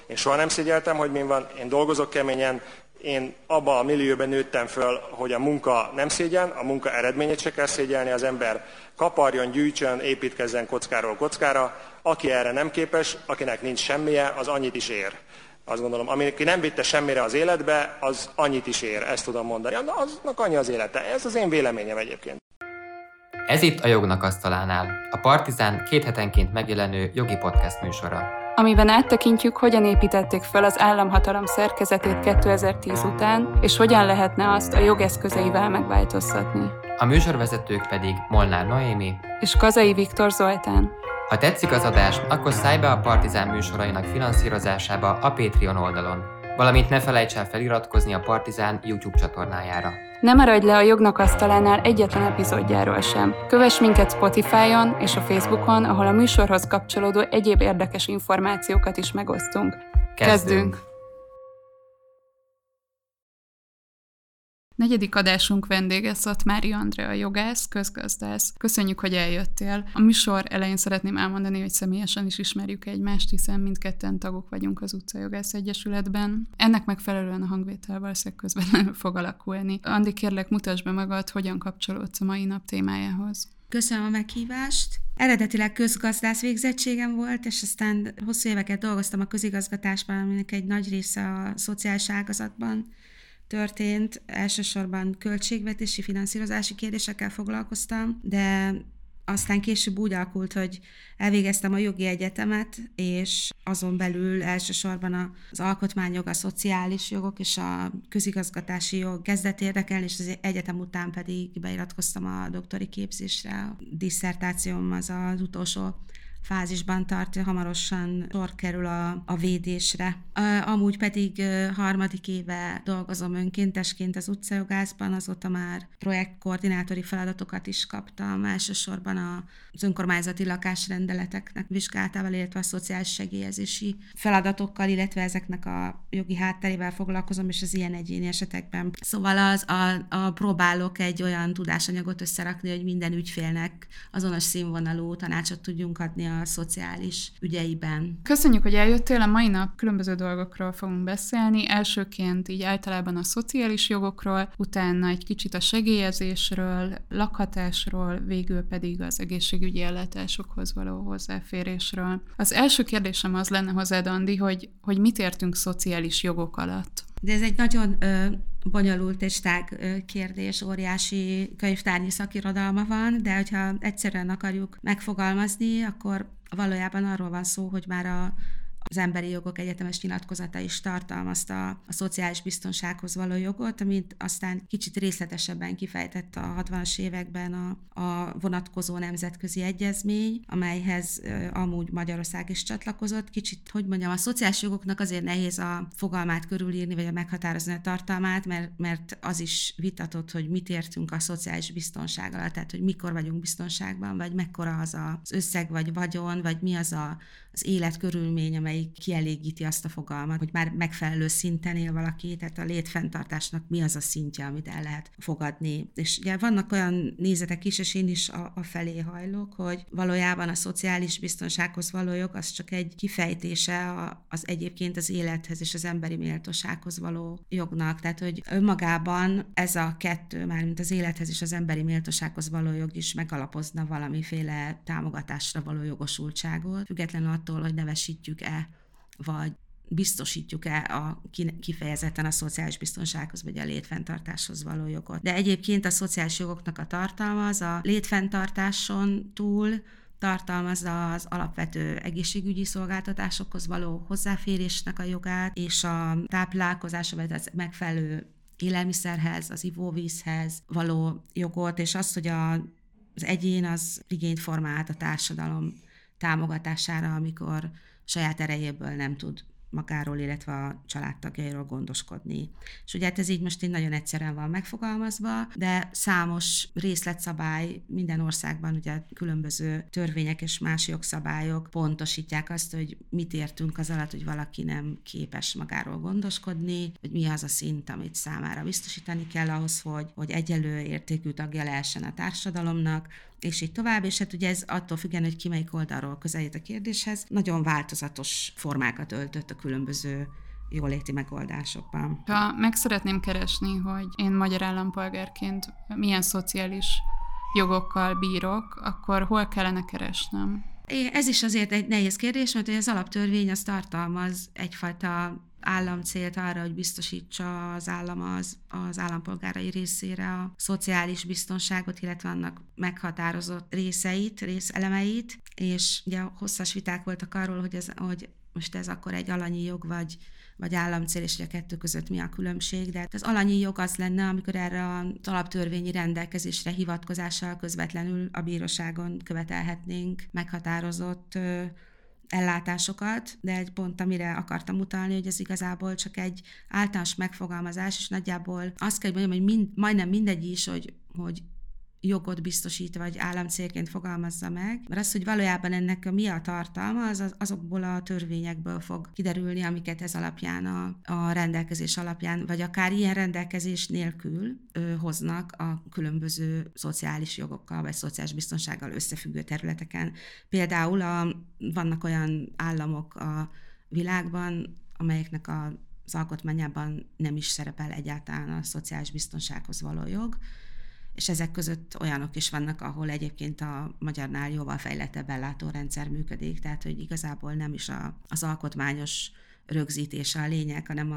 Én soha nem szégyeltem, hogy min van, én dolgozok keményen, én abban a millióben nőttem föl, hogy a munka nem szégyen, a munka eredményét se kell szégyelni, az ember kaparjon, gyűjtsön, építkezzen kockáról kockára. Aki erre nem képes, akinek nincs semmije, az annyit is ér. Azt gondolom, aki nem vitte semmire az életbe, az annyit is ér, ezt tudom mondani. Aznak annyi az élete. Ez az én véleményem egyébként. Ez itt a Jognak asztalánál, a Partizán 2 hetenként megjelenő jogi podcast műsora, amiben áttekintjük, hogyan építették fel az államhatalom szerkezetét 2010 után, és hogyan lehetne azt a jogeszközeivel megváltoztatni. A műsorvezetők pedig Molnár Noémi és Kazai Viktor Zoltán. Ha tetszik az adás, akkor szállj be a Partizán műsorainak finanszírozásába a Patreon oldalon, valamint ne felejts el feliratkozni a Partizán YouTube csatornájára. Ne maradj le a Jognak asztalánál egyetlen epizódjáról sem. Kövess minket Spotify-on és a Facebookon, ahol a műsorhoz kapcsolódó egyéb érdekes információkat is megosztunk. Kezdünk! 4. adásunk vendége Szatmári Andrea jogász, közgazdász. Köszönjük, hogy eljöttél. A műsor elején szeretném elmondani, hogy személyesen is ismerjük egymást, hiszen mindketten tagok vagyunk az Utcajogász Egyesületben. Ennek megfelelően a hangvétel valószínűleg közvetlenül fog alakulni. Andi, kérlek, mutasd be magad, hogyan kapcsolódsz a mai nap témájához. Köszönöm a meghívást. Eredetileg közgazdász végzettségem volt, és aztán hosszú éveket dolgoztam a közigazgatásban, aminek egy nagy része a szociális ágazatban történt. Elsősorban költségvetési, finanszírozási kérdésekkel foglalkoztam, de aztán később úgy alakult, hogy elvégeztem a jogi egyetemet, és azon belül elsősorban az alkotmányjog, a szociális jogok és a közigazgatási jog kezdett érdekelni, és az egyetem után pedig beiratkoztam a doktori képzésre. A disszertációm az utolsó fázisban tart, hamarosan sor kerül a védésre. Amúgy pedig 3. éve dolgozom önkéntesként az Utcajogászban, azóta már projektkoordinátori feladatokat is kaptam, elsősorban az önkormányzati lakásrendeleteknek vizsgálatával, illetve a szociális segélyezési feladatokkal, illetve ezeknek a jogi hátterével foglalkozom, és az ilyen egyéni esetekben. Szóval próbálok egy olyan tudásanyagot összerakni, hogy minden ügyfélnek azonos színvonalú tanácsot tudjunk adni a szociális ügyeiben. Köszönjük, hogy eljöttél. A mai nap különböző dolgokról fogunk beszélni. Elsőként így általában a szociális jogokról, utána egy kicsit a segélyezésről, lakhatásról, végül pedig az egészségügyi ellátásokhoz való hozzáférésről. Az első kérdésem az lenne hozzád, Andi, hogy mit értünk szociális jogok alatt? De ez egy nagyon bonyolult és tág kérdés, óriási könyvtárnyi szakirodalma van, de hogyha egyszerűen akarjuk megfogalmazni, akkor valójában arról van szó, hogy már az Emberi Jogok Egyetemes Nyilatkozata is tartalmazta a szociális biztonsághoz való jogot, amit aztán kicsit részletesebben kifejtett a 60-as években a vonatkozó nemzetközi egyezmény, amelyhez amúgy Magyarország is csatlakozott. Kicsit, a szociális jogoknak azért nehéz a fogalmát körülírni, vagy meghatározni a tartalmát, mert az is vitatott, hogy mit értünk a szociális biztonság alatt, tehát hogy mikor vagyunk biztonságban, vagy mekkora az összeg, vagy vagyon, vagy mi az az életkörülmény, amelyik kielégíti azt a fogalmat, hogy már megfelelő szinten él valaki, tehát a létfenntartásnak mi az a szintje, amit el lehet fogadni. És ugye vannak olyan nézetek is, és én is a felé hajlok, hogy valójában a szociális biztonsághoz való jog az csak egy kifejtése az egyébként az élethez és az emberi méltósághoz való jognak. Tehát, hogy önmagában ez a kettő, mármint az élethez és az emberi méltósághoz való jog is megalapozna valamiféle támogatásra való jogosultságot, függetlenül attól, hogy nevesítjük-e, vagy biztosítjuk-e kifejezetten a szociális biztonsághoz, vagy a létfenntartáshoz való jogot. De egyébként a szociális jogoknak a tartalma az a létfenntartáson túl tartalmazza az alapvető egészségügyi szolgáltatásokhoz való hozzáférésnek a jogát, és a táplálkozásra, vagy az megfelelő élelmiszerhez, az ivóvízhez való jogot, és azt, hogy az egyén az igényt formálhat a társadalom támogatására, amikor saját erejéből nem tud magáról, illetve a családtagjairól gondoskodni. És ugye ez így most így nagyon egyszerűen van megfogalmazva, de számos részletszabály minden országban, ugye különböző törvények és más jogszabályok pontosítják azt, hogy mit értünk az alatt, hogy valaki nem képes magáról gondoskodni, hogy mi az a szint, amit számára biztosítani kell ahhoz, hogy egyenlő értékű tagja lehessen a társadalomnak, és így tovább, és hát ugye ez attól függően, hogy ki melyik oldalról közelít a kérdéshez, nagyon változatos formákat öltött a különböző jóléti megoldásokban. Ha meg szeretném keresni, hogy én magyar állampolgárként milyen szociális jogokkal bírok, akkor hol kellene keresnem? Ez is azért egy nehéz kérdés, mert az alaptörvény az tartalmaz egyfajta államcélt arra, hogy biztosítsa az állam az állampolgárai részére a szociális biztonságot, illetve annak meghatározott részelemeit, és ugye hosszas viták voltak arról, hogy most ez akkor egy alanyi jog, vagy államcél, és a kettő között mi a különbség, de az alanyi jog az lenne, amikor erre az alaptörvényi rendelkezésre hivatkozással közvetlenül a bíróságon követelhetnénk meghatározott ellátásokat, de egy pont, amire akartam utalni, hogy ez igazából csak egy általános megfogalmazás, és nagyjából azt kell mondjam, hogy majdnem mindegy is, hogy jogot biztosít, vagy államcélként fogalmazza meg, mert az, hogy valójában ennek mi a tartalma, azokból a törvényekből fog kiderülni, amiket ez alapján a rendelkezés alapján, vagy akár ilyen rendelkezés nélkül hoznak a különböző szociális jogokkal, vagy szociális biztonsággal összefüggő területeken. Például vannak olyan államok a világban, amelyeknek az alkotmányában nem is szerepel egyáltalán a szociális biztonsághoz való jog, és ezek között olyanok is vannak, ahol egyébként a magyarnál jóval fejlettebb ellátórendszer működik, tehát hogy igazából nem is az alkotmányos rögzítése a lényeg, hanem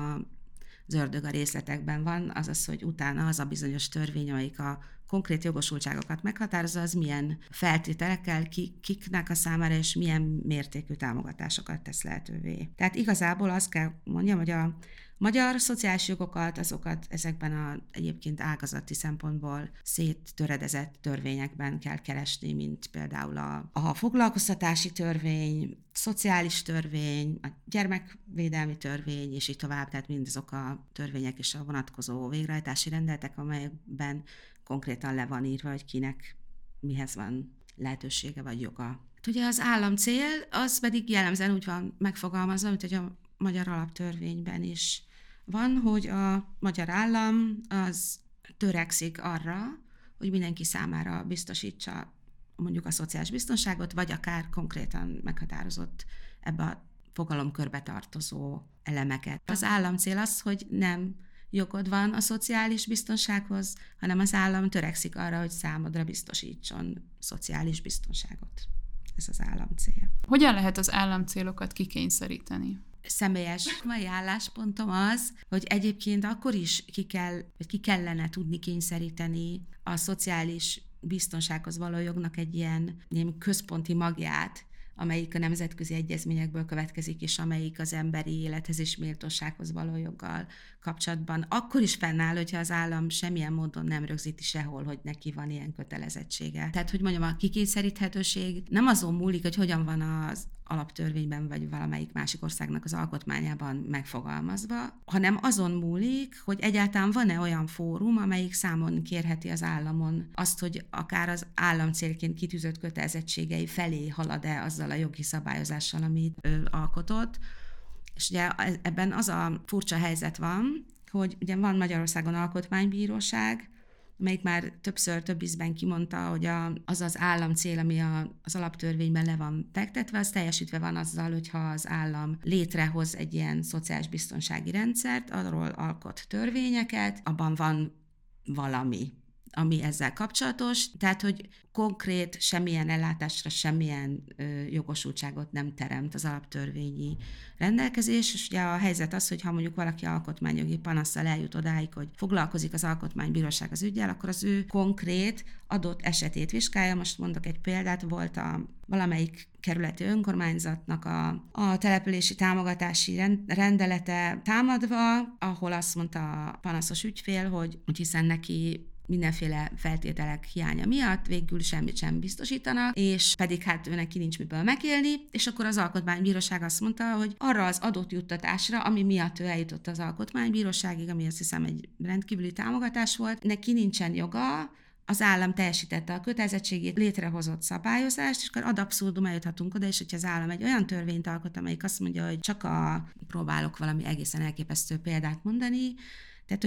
az ördög a részletekben van, azaz, hogy utána az a bizonyos törvény, amelyik a konkrét jogosultságokat meghatározza, az milyen feltételekkel, kiknek a számára, és milyen mértékű támogatásokat tesz lehetővé. Tehát igazából azt kell mondjam, hogy a magyar szociális jogokat, azokat ezekben egyébként ágazati szempontból széttöredezett törvényekben kell keresni, mint például a foglalkoztatási törvény, szociális törvény, a gyermekvédelmi törvény, és így tovább, tehát mindazok a törvények és a vonatkozó végrehajtási rendeletek, amelyekben konkrétan le van írva, hogy kinek mihez van lehetősége vagy joga. Ugye az államcél, az pedig jellemzően úgy van megfogalmazva, mint hogy a magyar alaptörvényben is van, hogy a magyar állam az törekszik arra, hogy mindenki számára biztosítsa mondjuk a szociális biztonságot, vagy akár konkrétan meghatározott ebbe a fogalomkörbe tartozó elemeket. Az államcél az, hogy nem jogod van a szociális biztonsághoz, hanem az állam törekszik arra, hogy számodra biztosítson szociális biztonságot. Ez az államcél. Hogyan lehet az államcélokat kikényszeríteni? Személyes mai álláspontom az, hogy egyébként akkor is ki kellene tudni kényszeríteni a szociális biztonsághoz való jognak egy ilyen központi magját, amelyik a nemzetközi egyezményekből következik, és amelyik az emberi élethez és méltósághoz való joggal kapcsolatban akkor is fennáll, hogyha az állam semmilyen módon nem rögzíti sehol, hogy neki van ilyen kötelezettsége. Tehát, hogy mondjam, a kikényszeríthetőség nem azon múlik, hogy hogyan van az alaptörvényben, vagy valamelyik másik országnak az alkotmányában megfogalmazva, hanem azon múlik, hogy egyáltalán van-e olyan fórum, amelyik számon kérheti az államon azt, hogy akár az állam célként kitűzött kötelezettségei felé halad-e azzal a jogi szabályozással, amit ő alkotott. És ugye ebben az a furcsa helyzet van, hogy ugye van Magyarországon alkotmánybíróság, amelyik már több ízben kimondta, hogy az az államcél, ami az alaptörvényben le van fektetve, az teljesítve van azzal, hogyha az állam létrehoz egy ilyen szociális biztonsági rendszert, arról alkot törvényeket, abban van valami, ami ezzel kapcsolatos, tehát, hogy konkrét semmilyen ellátásra, semmilyen jogosultságot nem teremt az alaptörvényi rendelkezés, és ugye a helyzet az, hogy ha mondjuk valaki alkotmányjogi panasszal eljut odáig, hogy foglalkozik az alkotmánybíróság az üggyel, akkor az ő konkrét adott esetét vizsgálja. Most mondok egy példát, volt valamelyik kerületi önkormányzatnak a települési támogatási rendelete támadva, ahol azt mondta a panaszos ügyfél, hogy hiszen neki mindenféle feltételek hiánya miatt végül semmit sem biztosítanak, és pedig hát neki nincs miből megélni, és akkor az alkotmánybíróság azt mondta, hogy arra az adott juttatásra, ami miatt ő eljutott az alkotmánybíróságig, ami azt hiszem egy rendkívüli támogatás volt, neki nincsen joga, az állam teljesítette a kötelezettségét, létrehozott szabályozást, és akkor ad abszurdum eljuthatunk oda, és hogyha az állam egy olyan törvényt alkot, amelyik azt mondja, hogy próbálok valami egészen elképesztő példát mondani, tehát, hogy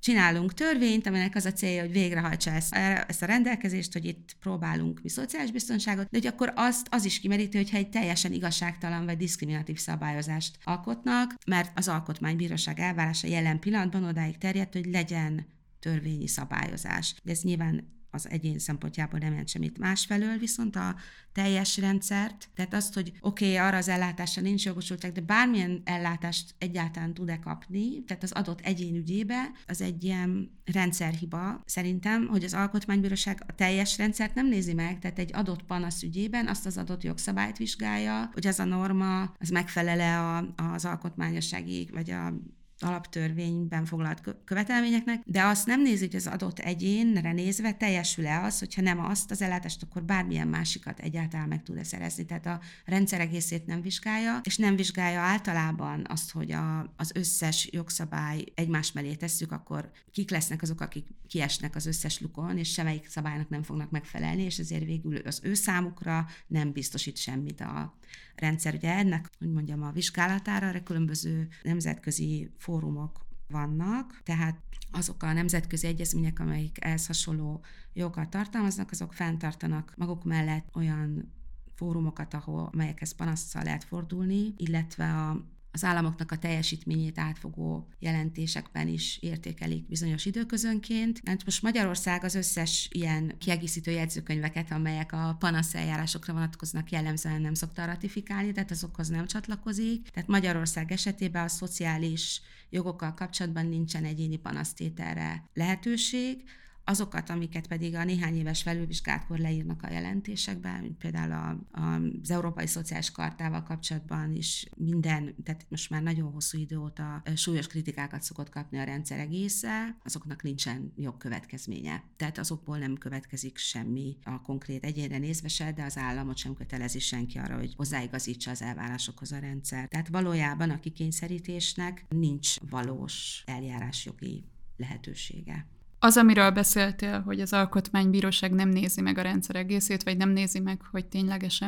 csinálunk törvényt, aminek az a célja, hogy végrehajtsa ezt a rendelkezést, hogy itt próbálunk mi szociális biztonságot, de hogy akkor az is kimeríti, hogyha egy teljesen igazságtalan vagy diszkriminatív szabályozást alkotnak, mert az Alkotmánybíróság elvárása jelen pillanatban odáig terjedt, hogy legyen törvényi szabályozás. De ez nyilván az egyén szempontjából nem jelent semmit. Másfelől viszont a teljes rendszert, tehát azt, hogy arra az ellátásra nincs jogosultság, de bármilyen ellátást egyáltalán tud-e kapni, tehát az adott egyén ügyébe, az egy ilyen rendszerhiba szerintem, hogy az Alkotmánybíróság a teljes rendszert nem nézi meg, tehát egy adott panasz ügyében azt az adott jogszabályt vizsgálja, hogy az a norma, az megfelele az alkotmányossági, vagy a alaptörvényben foglalt követelményeknek, de azt nem nézi, hogy az adott egyénre nézve teljesül-e az, hogyha nem azt az ellátást, akkor bármilyen másikat egyáltalán meg tud-e szerezni. Tehát a rendszer egészét nem vizsgálja, és nem vizsgálja általában azt, hogy az összes jogszabály egymás mellé tesszük, akkor kik lesznek azok, akik kiesnek az összes lukon, és semmelyik szabálynak nem fognak megfelelni, és ezért végül az ő számukra nem biztosít semmit a rendszer. Ugye ennek, hogy mondjam, a vizsgálatára különböző nemzetközi fórumok vannak, tehát azok a nemzetközi egyezmények, amelyik ehhez hasonló jogokat tartalmaznak, azok fenntartanak maguk mellett olyan fórumokat, amelyekhez panasszal lehet fordulni, illetve az államoknak a teljesítményét átfogó jelentésekben is értékelik bizonyos időközönként. Hát most Magyarország az összes ilyen kiegészítő jegyzőkönyveket, amelyek a panaszeljárásokra vonatkoznak, jellemzően nem szokta ratifikálni, tehát azokhoz nem csatlakozik. Tehát Magyarország esetében a szociális jogokkal kapcsolatban nincsen egyéni panasztételre lehetőség. Azokat, amiket pedig a néhány éves felülvizsgálatkor leírnak a jelentésekben, mint például az Európai Szociális Chartával kapcsolatban is tehát most már nagyon hosszú idő óta súlyos kritikákat szokott kapni a rendszer egésze, azoknak nincsen jogkövetkezménye. Tehát azokból nem következik semmi a konkrét egyénre nézve se, de az államot sem kötelezi senki arra, hogy hozzáigazítsa az elvárásokhoz a rendszer. Tehát valójában a kikényszerítésnek nincs valós eljárásjogi lehetősége. Az, amiről beszéltél, hogy az Alkotmánybíróság nem nézi meg a rendszer egészét, vagy nem nézi meg, hogy ténylegesen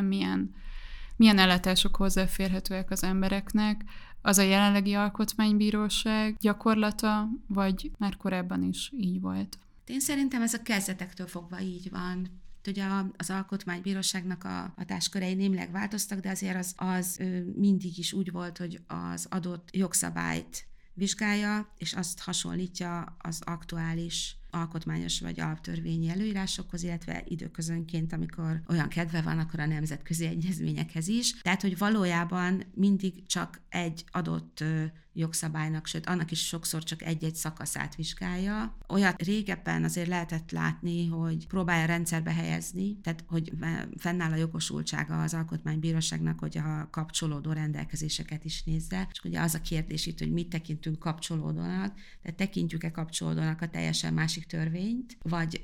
milyen ellátások hozzáférhetőek az embereknek, az a jelenlegi Alkotmánybíróság gyakorlata, vagy már korábban is így volt? Én szerintem ez a kezdetektől fogva így van. Ugye az Alkotmánybíróságnak a hatáskörei némileg változtak, de azért az mindig is úgy volt, hogy az adott jogszabályt vizsgálja, és azt hasonlítja az aktuális alkotmányos vagy alaptörvényi előírásokhoz, illetve időközönként, amikor olyan kedve van, akkor a nemzetközi egyezményekhez is. Tehát, hogy valójában mindig csak egy adott jogszabálynak, sőt, annak is sokszor csak egy-egy szakaszát vizsgálja. Olyat régebben azért lehetett látni, hogy próbálja rendszerbe helyezni, tehát, hogy fennáll a jogosultsága az Alkotmánybíróságnak, hogy a kapcsolódó rendelkezéseket is nézze. És ugye az a kérdés itt, hogy mit tekintünk kapcsolódónak, tehát tekintjük-e kapcsolódónak a teljesen másik törvényt, vagy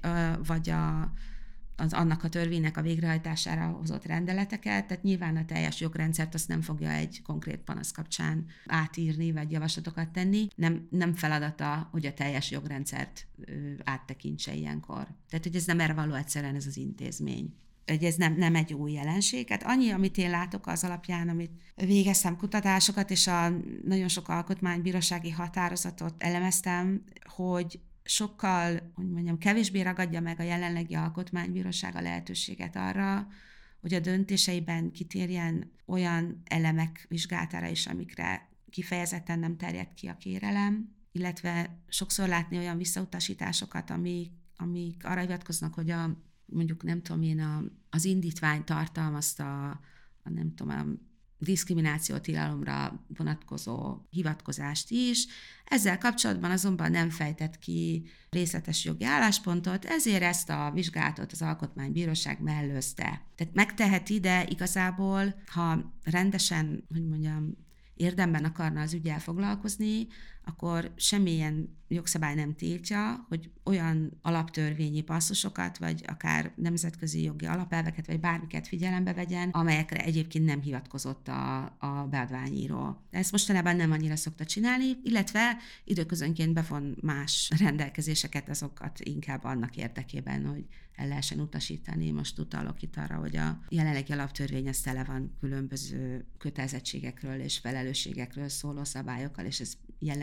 az annak a törvénynek a végrehajtására hozott rendeleteket, tehát nyilván a teljes jogrendszert azt nem fogja egy konkrét panasz kapcsán átírni, vagy javaslatokat tenni. Nem feladata, hogy a teljes jogrendszert áttekintse ilyenkor. Tehát, hogy ez nem erre való egyszerűen ez az intézmény. Hogy ez nem egy új jelenség. Hát annyi, amit én látok az alapján, amit végeztem kutatásokat, és nagyon sok alkotmánybírósági határozatot elemeztem, hogy sokkal, hogy mondjam, kevésbé ragadja meg a jelenlegi Alkotmánybíróság a lehetőséget arra, hogy a döntéseiben kitérjen olyan elemek vizsgálatára is, amikre kifejezetten nem terjed ki a kérelem, illetve sokszor látni olyan visszautasításokat, amik arra hivatkoznak, hogy mondjuk nem tudom én, az indítvány tartalmazta nem tudom, diszkriminációtilalomra vonatkozó hivatkozást is. Ezzel kapcsolatban azonban nem fejtett ki részletes jogi álláspontot, ezért ezt a vizsgálatot az Alkotmánybíróság mellőzte. Tehát megteheti, de igazából, ha rendesen, hogy mondjam, érdemben akarna az üggyel foglalkozni, akkor semmilyen jogszabály nem tiltja, hogy olyan alaptörvényi passzusokat, vagy akár nemzetközi jogi alapelveket, vagy bármiket figyelembe vegyen, amelyekre egyébként nem hivatkozott a beadványíró. De ezt mostanában nem annyira szokta csinálni, illetve időközönként bevon más rendelkezéseket, azokat inkább annak érdekében, hogy el lehessen utasítani. Most utalok itt arra, hogy a jelenlegi alaptörvény az tele van különböző kötelezettségekről és felelősségekről szóló szabályokkal, és ez jellemző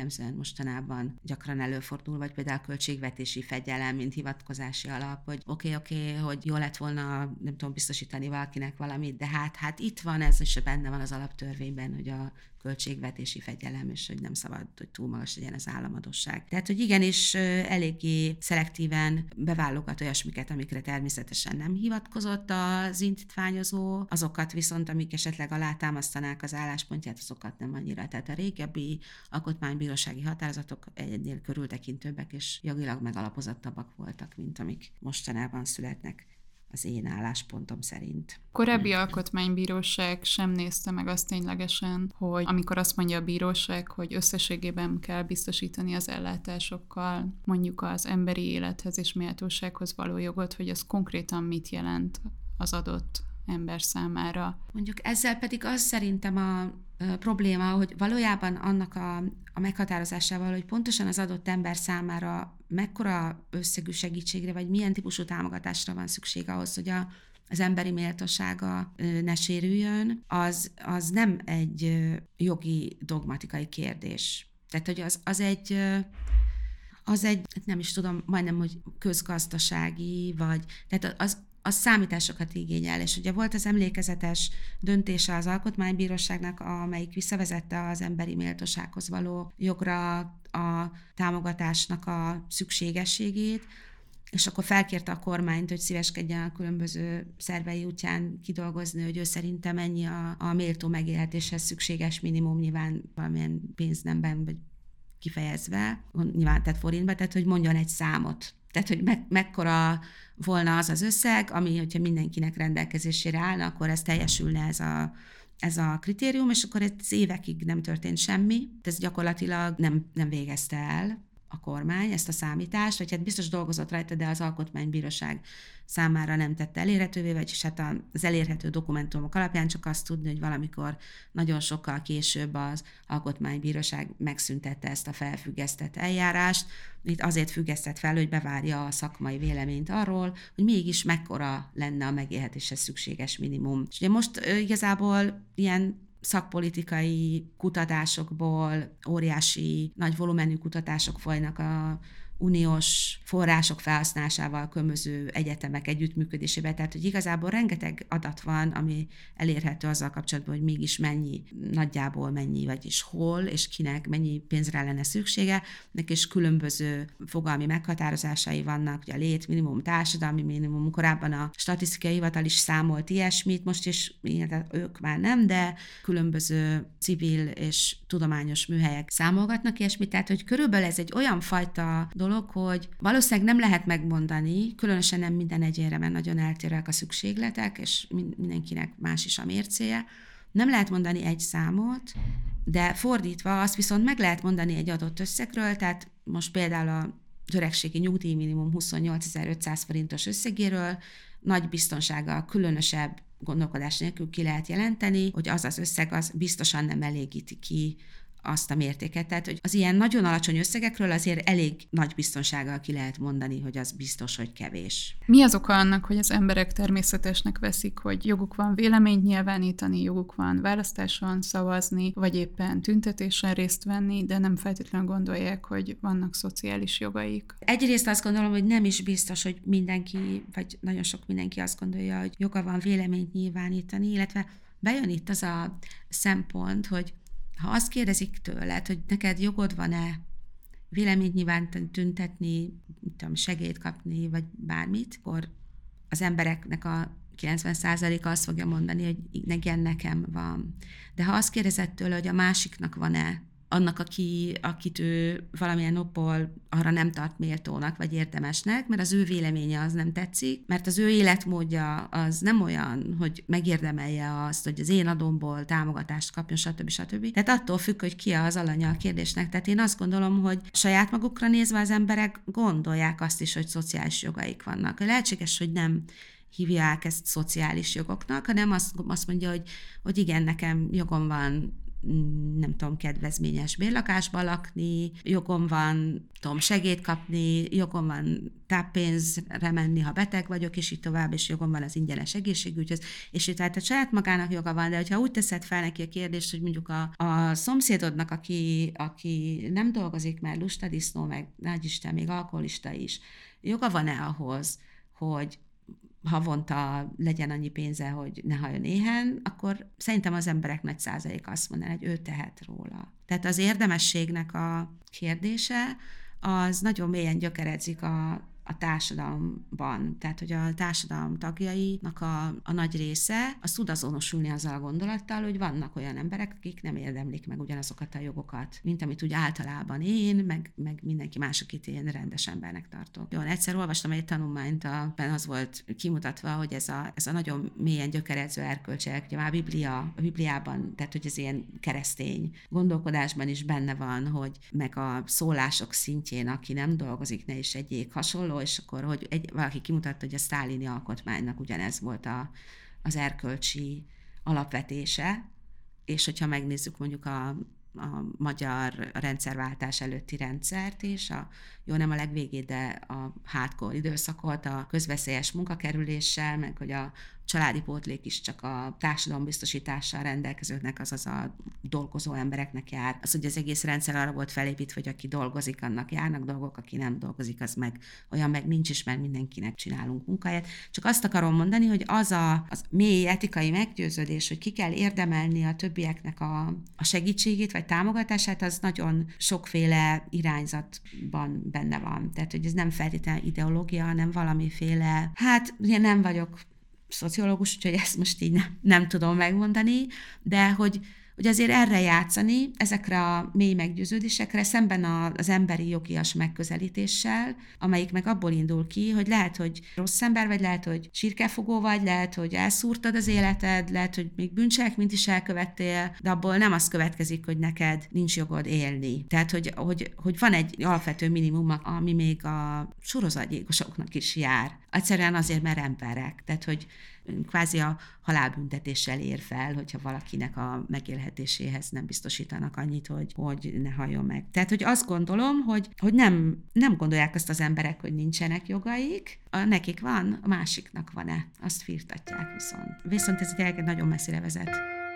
jellemzően mostanában gyakran előfordul, vagy például költségvetési fegyelem, mint hivatkozási alap, hogy oké, hogy jó lett volna, nem tudom, biztosítani valakinek valamit, de hát itt van ez, és benne van az alaptörvényben, hogy a költségvetési fegyelem, és hogy nem szabad, hogy túl magas legyen az államadosság. Tehát, hogy igenis eléggé szelektíven beválogat olyasmiket, amikre természetesen nem hivatkozott az indítványozó, azokat viszont, amik esetleg alátámasztanák az álláspontját, azokat nem annyira. Tehát a régebbi alkotmánybírósági határozatok ennél körültekintőbbek és jogilag megalapozottabbak voltak, mint amik mostanában születnek, az én álláspontom szerint. Korábbi alkotmánybíróság sem nézte meg azt ténylegesen, hogy amikor azt mondja a bíróság, hogy összességében kell biztosítani az ellátásokkal mondjuk az emberi élethez és méltósághoz való jogot, hogy az konkrétan mit jelent az adott ember számára. Mondjuk ezzel pedig az szerintem a probléma, hogy valójában annak a meghatározásával, hogy pontosan az adott ember számára mekkora összegű segítségre, vagy milyen típusú támogatásra van szükség ahhoz, hogy az emberi méltósága ne sérüljön, az nem egy jogi dogmatikai kérdés. Tehát, hogy az egy, nem is tudom, majdnem, hogy közgazdasági, vagy, tehát az számításokat igényel, és ugye volt az emlékezetes döntése az Alkotmánybíróságnak, amelyik visszavezette az emberi méltósághoz való jogra a támogatásnak a szükségességét, és akkor felkérte a kormányt, hogy szíveskedjen a különböző szervei útján kidolgozni, hogy ő szerintem ennyi a méltó megélhetéshez szükséges minimum, nyilván valamilyen pénznemben, vagy kifejezve, nyilván tehát forintba, tehát hogy mondjon egy számot. Tehát, hogy mekkora volna az az összeg, ami, hogyha mindenkinek rendelkezésére állna, akkor ez teljesülne ez a kritérium, és akkor ez évekig nem történt semmi. Ez gyakorlatilag nem végezte el a kormány ezt a számítást, vagy hát biztos dolgozott rajta, de az Alkotmánybíróság számára nem tette elérhetővé, vagyis hát az elérhető dokumentumok alapján csak azt tudni, hogy valamikor nagyon sokkal később az Alkotmánybíróság megszüntette ezt a felfüggesztett eljárást. Itt azért függesztett fel, hogy bevárja a szakmai véleményt arról, hogy mégis mekkora lenne a megélhetéshez szükséges minimum. És ugye most igazából ilyen szakpolitikai kutatásokból óriási, nagy volumenű kutatások folynak a uniós források felhasználásával különböző egyetemek együttműködésébe, tehát hogy igazából rengeteg adat van, ami elérhető azzal kapcsolatban, hogy mégis mennyi, nagyjából mennyi, vagyis hol, és kinek mennyi pénzre lenne szüksége, nek is különböző fogalmi meghatározásai vannak, ugye a létminimum, társadalmi minimum, korábban a statisztikai hivatal is számolt ilyesmit, most is ők már nem, de különböző civil és tudományos műhelyek számolgatnak ilyesmit, tehát hogy körülbelül ez egy olyan fajta dolog, hogy valószínűleg nem lehet megmondani, különösen nem minden egyénre, mert nagyon eltérőek a szükségletek, és mindenkinek más is a mércéje. Nem lehet mondani egy számot, de fordítva azt viszont meg lehet mondani egy adott összegről, tehát most például a öregségi nyugdíjminimum 28.500 forintos összegéről nagy biztonsággal, különösebb gondolkodás nélkül ki lehet jelenteni, hogy az az összeg az biztosan nem elégíti ki azt a mértéket. Tehát, hogy az ilyen nagyon alacsony összegekről azért elég nagy biztonsággal ki lehet mondani, hogy az biztos, hogy kevés. Mi az oka annak, hogy az emberek természetesnek veszik, hogy joguk van véleményt nyilvánítani, joguk van választáson szavazni, vagy éppen tüntetésen részt venni, de nem feltétlenül gondolják, hogy vannak szociális jogaik? Egyrészt azt gondolom, hogy nem is biztos, hogy mindenki, vagy nagyon sok mindenki azt gondolja, hogy joga van véleményt nyilvánítani, illetve bejön itt az a szempont, hogy ha azt kérdezik tőled, hogy neked jogod van-e véleményt nyilvánítani, tüntetni, segélyt kapni, vagy bármit, akkor az embereknek a 90%-a azt fogja mondani, hogy igen, nekem van. De ha azt kérdezed tőle, hogy a másiknak van-e, annak, akit ő valamilyen okból arra nem tart méltónak, vagy érdemesnek, mert az ő véleménye az nem tetszik, mert az ő életmódja az nem olyan, hogy megérdemelje azt, hogy az én adomból támogatást kapjon, stb. Tehát attól függ, hogy ki az alanya a kérdésnek. Tehát én azt gondolom, hogy saját magukra nézve az emberek gondolják azt is, hogy szociális jogaik vannak. Lehetséges, hogy nem hívják ezt szociális jogoknak, hanem azt mondja, hogy igen, nekem jogom van nem tudom, kedvezményes bérlakásba lakni, jogom van, segélyt kapni, jogom van táppénzre menni, ha beteg vagyok, és így tovább, és jogom van az ingyenes egészségügyhöz, és így tehát a saját magának joga van, de hogyha úgy teszed fel neki a kérdést, hogy mondjuk a szomszédodnak, aki nem dolgozik, mert lustadisznó, meg nagyisten, még alkoholista is, joga van-e ahhoz, hogy havonta legyen annyi pénze, hogy ne halljon éhen, akkor szerintem az emberek nagy százaléka azt mondaná, hogy ő tehet róla. Tehát az érdemességnek a kérdése, az nagyon mélyen gyökeredzik a társadalomban. Tehát, hogy a társadalom tagjainak a nagy része, az tud azonosulni azzal a gondolattal, hogy vannak olyan emberek, akik nem érdemlik meg ugyanazokat a jogokat, mint amit úgy általában én, meg mindenki más, akit én rendes embernek tartok. Jó, egyszer olvastam egy tanulmányt, abban az volt kimutatva, hogy ez a nagyon mélyen gyökeredző erkölcsek, ugye már a Bibliában, tehát hogy ez ilyen keresztény gondolkodásban is benne van, hogy meg a szólások szintjén, aki nem dolgozik, ne is egyék hasonló, és akkor, hogy valaki kimutatta, hogy a sztálini alkotmánynak ugyanez volt az erkölcsi alapvetése, és hogyha megnézzük mondjuk a magyar rendszerváltás előtti rendszert is, jó, nem a legvégét, de a hardcore időszakot, a közveszélyes munkakerüléssel, meg hogy a családi pótlék is csak a társadalombiztosítással rendelkezőknek, azaz a dolgozó embereknek jár. Az, hogy az egész rendszer arra volt felépítve, hogy aki dolgozik, annak járnak dolgok, aki nem dolgozik, az meg nincs is, mert mindenkinek csinálunk munkáját. Csak azt akarom mondani, hogy az mély etikai meggyőződés, hogy ki kell érdemelni a többieknek a segítségét, vagy támogatását, az nagyon sokféle irányzatban benne van. Tehát, hogy ez nem feltétlenül ideológia, hanem valamiféle, én nem vagyok szociológus, úgyhogy ezt most így nem tudom megmondani, de hogy azért erre játszani, ezekre a mély meggyőződésekre szemben az emberi jogias megközelítéssel, amelyik meg abból indul ki, hogy lehet, hogy rossz ember vagy, lehet, hogy sírkefogó vagy, lehet, hogy elszúrtad az életed, lehet, hogy még bűncselekményt is elkövettél, de abból nem az következik, hogy neked nincs jogod élni. Tehát, hogy van egy alapvető minimum, ami még a sorozatgyilkosoknak is jár. Egyszerűen azért, mert emberek. Tehát, hogy kvázi a halálbüntetéssel ér fel, hogyha valakinek a megélhetéséhez nem biztosítanak annyit, hogy ne halljon meg. Tehát, hogy azt gondolom, hogy nem gondolják azt az emberek, hogy nincsenek jogaik, nekik van, a másiknak van-e. Azt firtatják viszont. Viszont ez tényleg nagyon messzire vezet.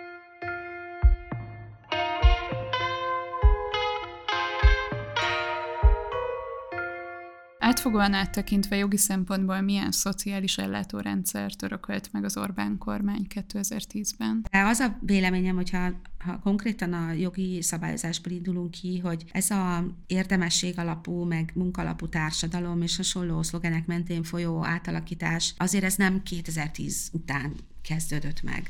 Átfogóan áttekintve jogi szempontból milyen szociális ellátórendszert örökölt meg az Orbán kormány 2010-ben? De az a véleményem, hogyha konkrétan a jogi szabályozásból indulunk ki, hogy ez a érdemesség alapú, meg munkalapú társadalom és hasonló szlogenek mentén folyó átalakítás, azért ez nem 2010 után kezdődött meg,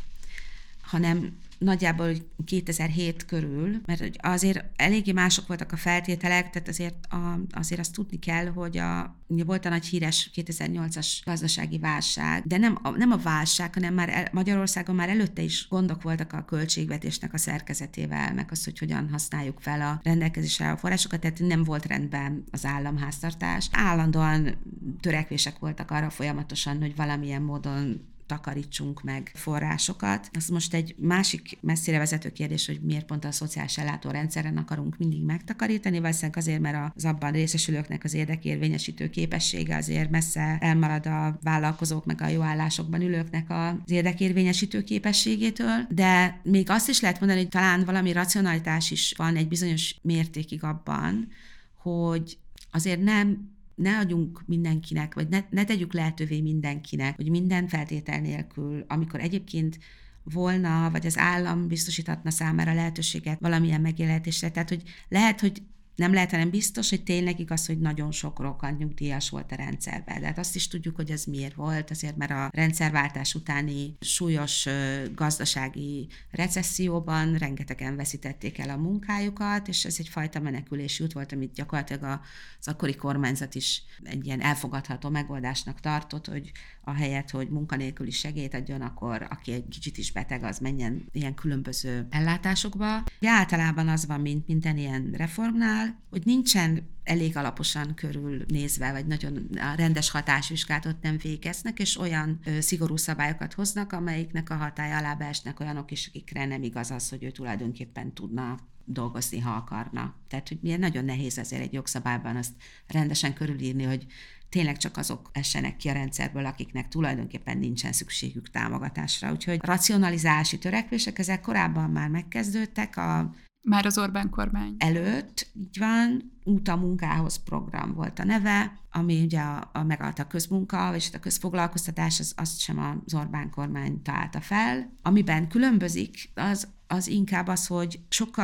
hanem nagyjából 2007 körül, mert azért eléggé mások voltak a feltételek, tehát azért azt tudni kell, hogy volt a nagy híres 2008-as gazdasági válság, de nem a válság, hanem már Magyarországon már előtte is gondok voltak a költségvetésnek a szerkezetével, meg az, hogy hogyan használjuk fel a rendelkezésre a forrásokat, tehát nem volt rendben az államháztartás. Állandóan törekvések voltak arra folyamatosan, hogy valamilyen módon takarítsunk meg forrásokat. Az most egy másik messzire vezető kérdés, hogy miért pont a szociális ellátórendszeren akarunk mindig megtakarítani, valószínűleg azért, mert az abban részesülőknek az érdekérvényesítő képessége azért messze elmarad a vállalkozók meg a jó állásokban ülőknek az érdekérvényesítő képességétől, de még azt is lehet mondani, hogy talán valami racionalitás is van egy bizonyos mértékig abban, hogy azért ne adjunk mindenkinek, vagy ne tegyük lehetővé mindenkinek, hogy minden feltétel nélkül, amikor egyébként volna, vagy az állam biztosítatna számára lehetőséget valamilyen megélhetésre. Tehát, hogy lehet, hogy nem lehet, hanem biztos, hogy tényleg igaz, hogy nagyon sok rokkant nyugdíjas volt a rendszerben. De hát azt is tudjuk, hogy ez miért volt, azért mert a rendszerváltás utáni súlyos gazdasági recesszióban rengetegen veszítették el a munkájukat, és ez egyfajta menekülési út volt, amit gyakorlatilag az akkori kormányzat is egy ilyen elfogadható megoldásnak tartott, hogy ahelyett, hogy munkanélküli segélyt adjon, akkor aki egy kicsit is beteg, az menjen ilyen különböző ellátásokba. Általában az van, mint minden ilyen reformnál, azzal, hogy nincsen elég alaposan körülnézve, vagy nagyon rendes hatásvizsgálatot nem végeznek, és olyan szigorú szabályokat hoznak, amelyiknek a hatálya alá beesnek olyanok is, akikre nem igaz az, hogy ő tulajdonképpen tudna dolgozni, ha akarna. Tehát, hogy milyen nagyon nehéz azért egy jogszabályban azt rendesen körülírni, hogy tényleg csak azok essenek ki a rendszerből, akiknek tulajdonképpen nincsen szükségük támogatásra. Úgyhogy racionalizálási törekvések, ezek korábban már megkezdődtek, már az Orbán kormány előtt, így van, Út a munkához program volt a neve, ami ugye megállt a közmunka, és a közfoglalkoztatás, azt sem az Orbán kormány találta fel. Amiben különbözik, az inkább az, hogy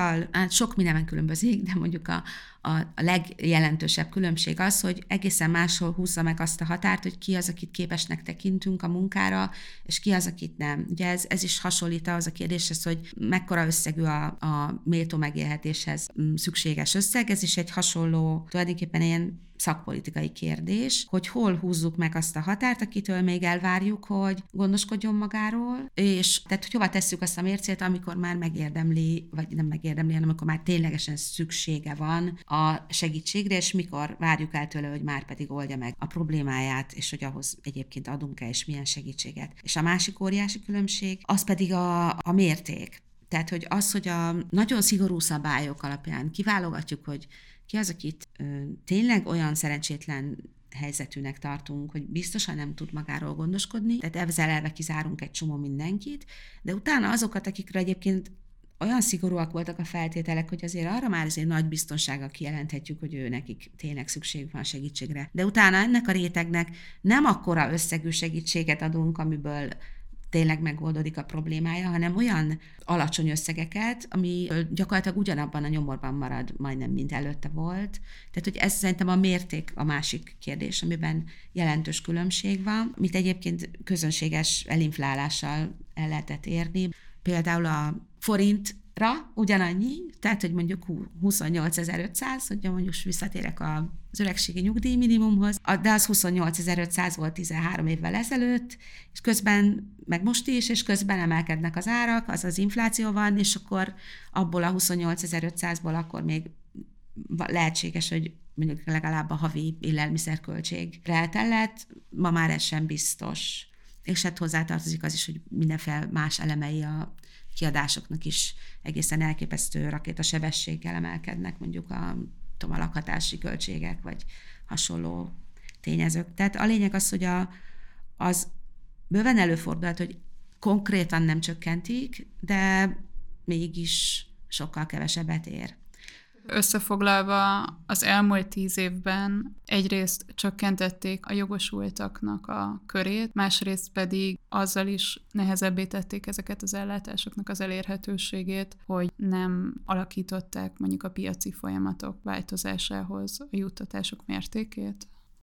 sok mindenben különbözik, de mondjuk a legjelentősebb különbség az, hogy egészen máshol húzza meg azt a határt, hogy ki az, akit képesnek tekintünk a munkára, és ki az, akit nem. Ugye ez is hasonlít az a kérdéshez, hogy mekkora összegű a méltó megélhetéshez szükséges összeg, ez is egy hasonló, tulajdonképpen ilyen szakpolitikai kérdés, hogy hol húzzuk meg azt a határt, akitől még elvárjuk, hogy gondoskodjon magáról, és tehát, hogy hova tesszük azt a mércét, amikor már megérdemli, vagy nem megérdemli, hanem amikor már ténylegesen szüksége van a segítségre, és mikor várjuk el tőle, hogy már pedig oldja meg a problémáját, és hogy ahhoz egyébként adunk-e, és milyen segítséget. És a másik óriási különbség, az pedig a mérték. Tehát, hogy az, hogy a nagyon szigorú szabályok alapján kiválogatjuk, hogy ki az, akit tényleg olyan szerencsétlen helyzetűnek tartunk, hogy biztosan nem tud magáról gondoskodni, tehát ezzel elve kizárunk egy csomó mindenkit, de utána azokat, akikre egyébként olyan szigorúak voltak a feltételek, hogy azért arra már azért nagy biztonsággal kijelenthetjük, hogy ő nekik tényleg szükségük van segítségre. De utána ennek a rétegnek nem akkora összegű segítséget adunk, amiből tényleg megoldódik a problémája, hanem olyan alacsony összegeket, ami gyakorlatilag ugyanabban a nyomorban marad majdnem, mint előtte volt. Tehát, hogy ez szerintem a mérték a másik kérdés, amiben jelentős különbség van, amit egyébként közönséges elinflálással el lehetett érni. Például a forintra ugyanannyi, tehát, hogy mondjuk 28.500, hogy mondjuk visszatérek az öregségi nyugdíjminimumhoz, de az 28.500 volt 13 évvel ezelőtt, és közben, meg most is, és közben emelkednek az árak, az infláció van, és akkor abból a 28.500-ból akkor még lehetséges, hogy mondjuk legalább a havi élelmiszerköltségre eltellett, ma már ez sem biztos. És hát hozzátartozik az is, hogy mindenféle más elemei a kiadásoknak is egészen elképesztő rakétasebességgel emelkednek, mondjuk a lakhatási költségek, vagy hasonló tényezők. Tehát a lényeg az, hogy az bőven előfordulhat, hogy konkrétan nem csökkentik, de mégis sokkal kevesebbet ér. Összefoglalva, az elmúlt 10 évben egyrészt csökkentették a jogosultaknak a körét, másrészt pedig azzal is nehezebbé tették ezeket az ellátásoknak az elérhetőségét, hogy nem alakították mondjuk a piaci folyamatok változásához a juttatások mértékét.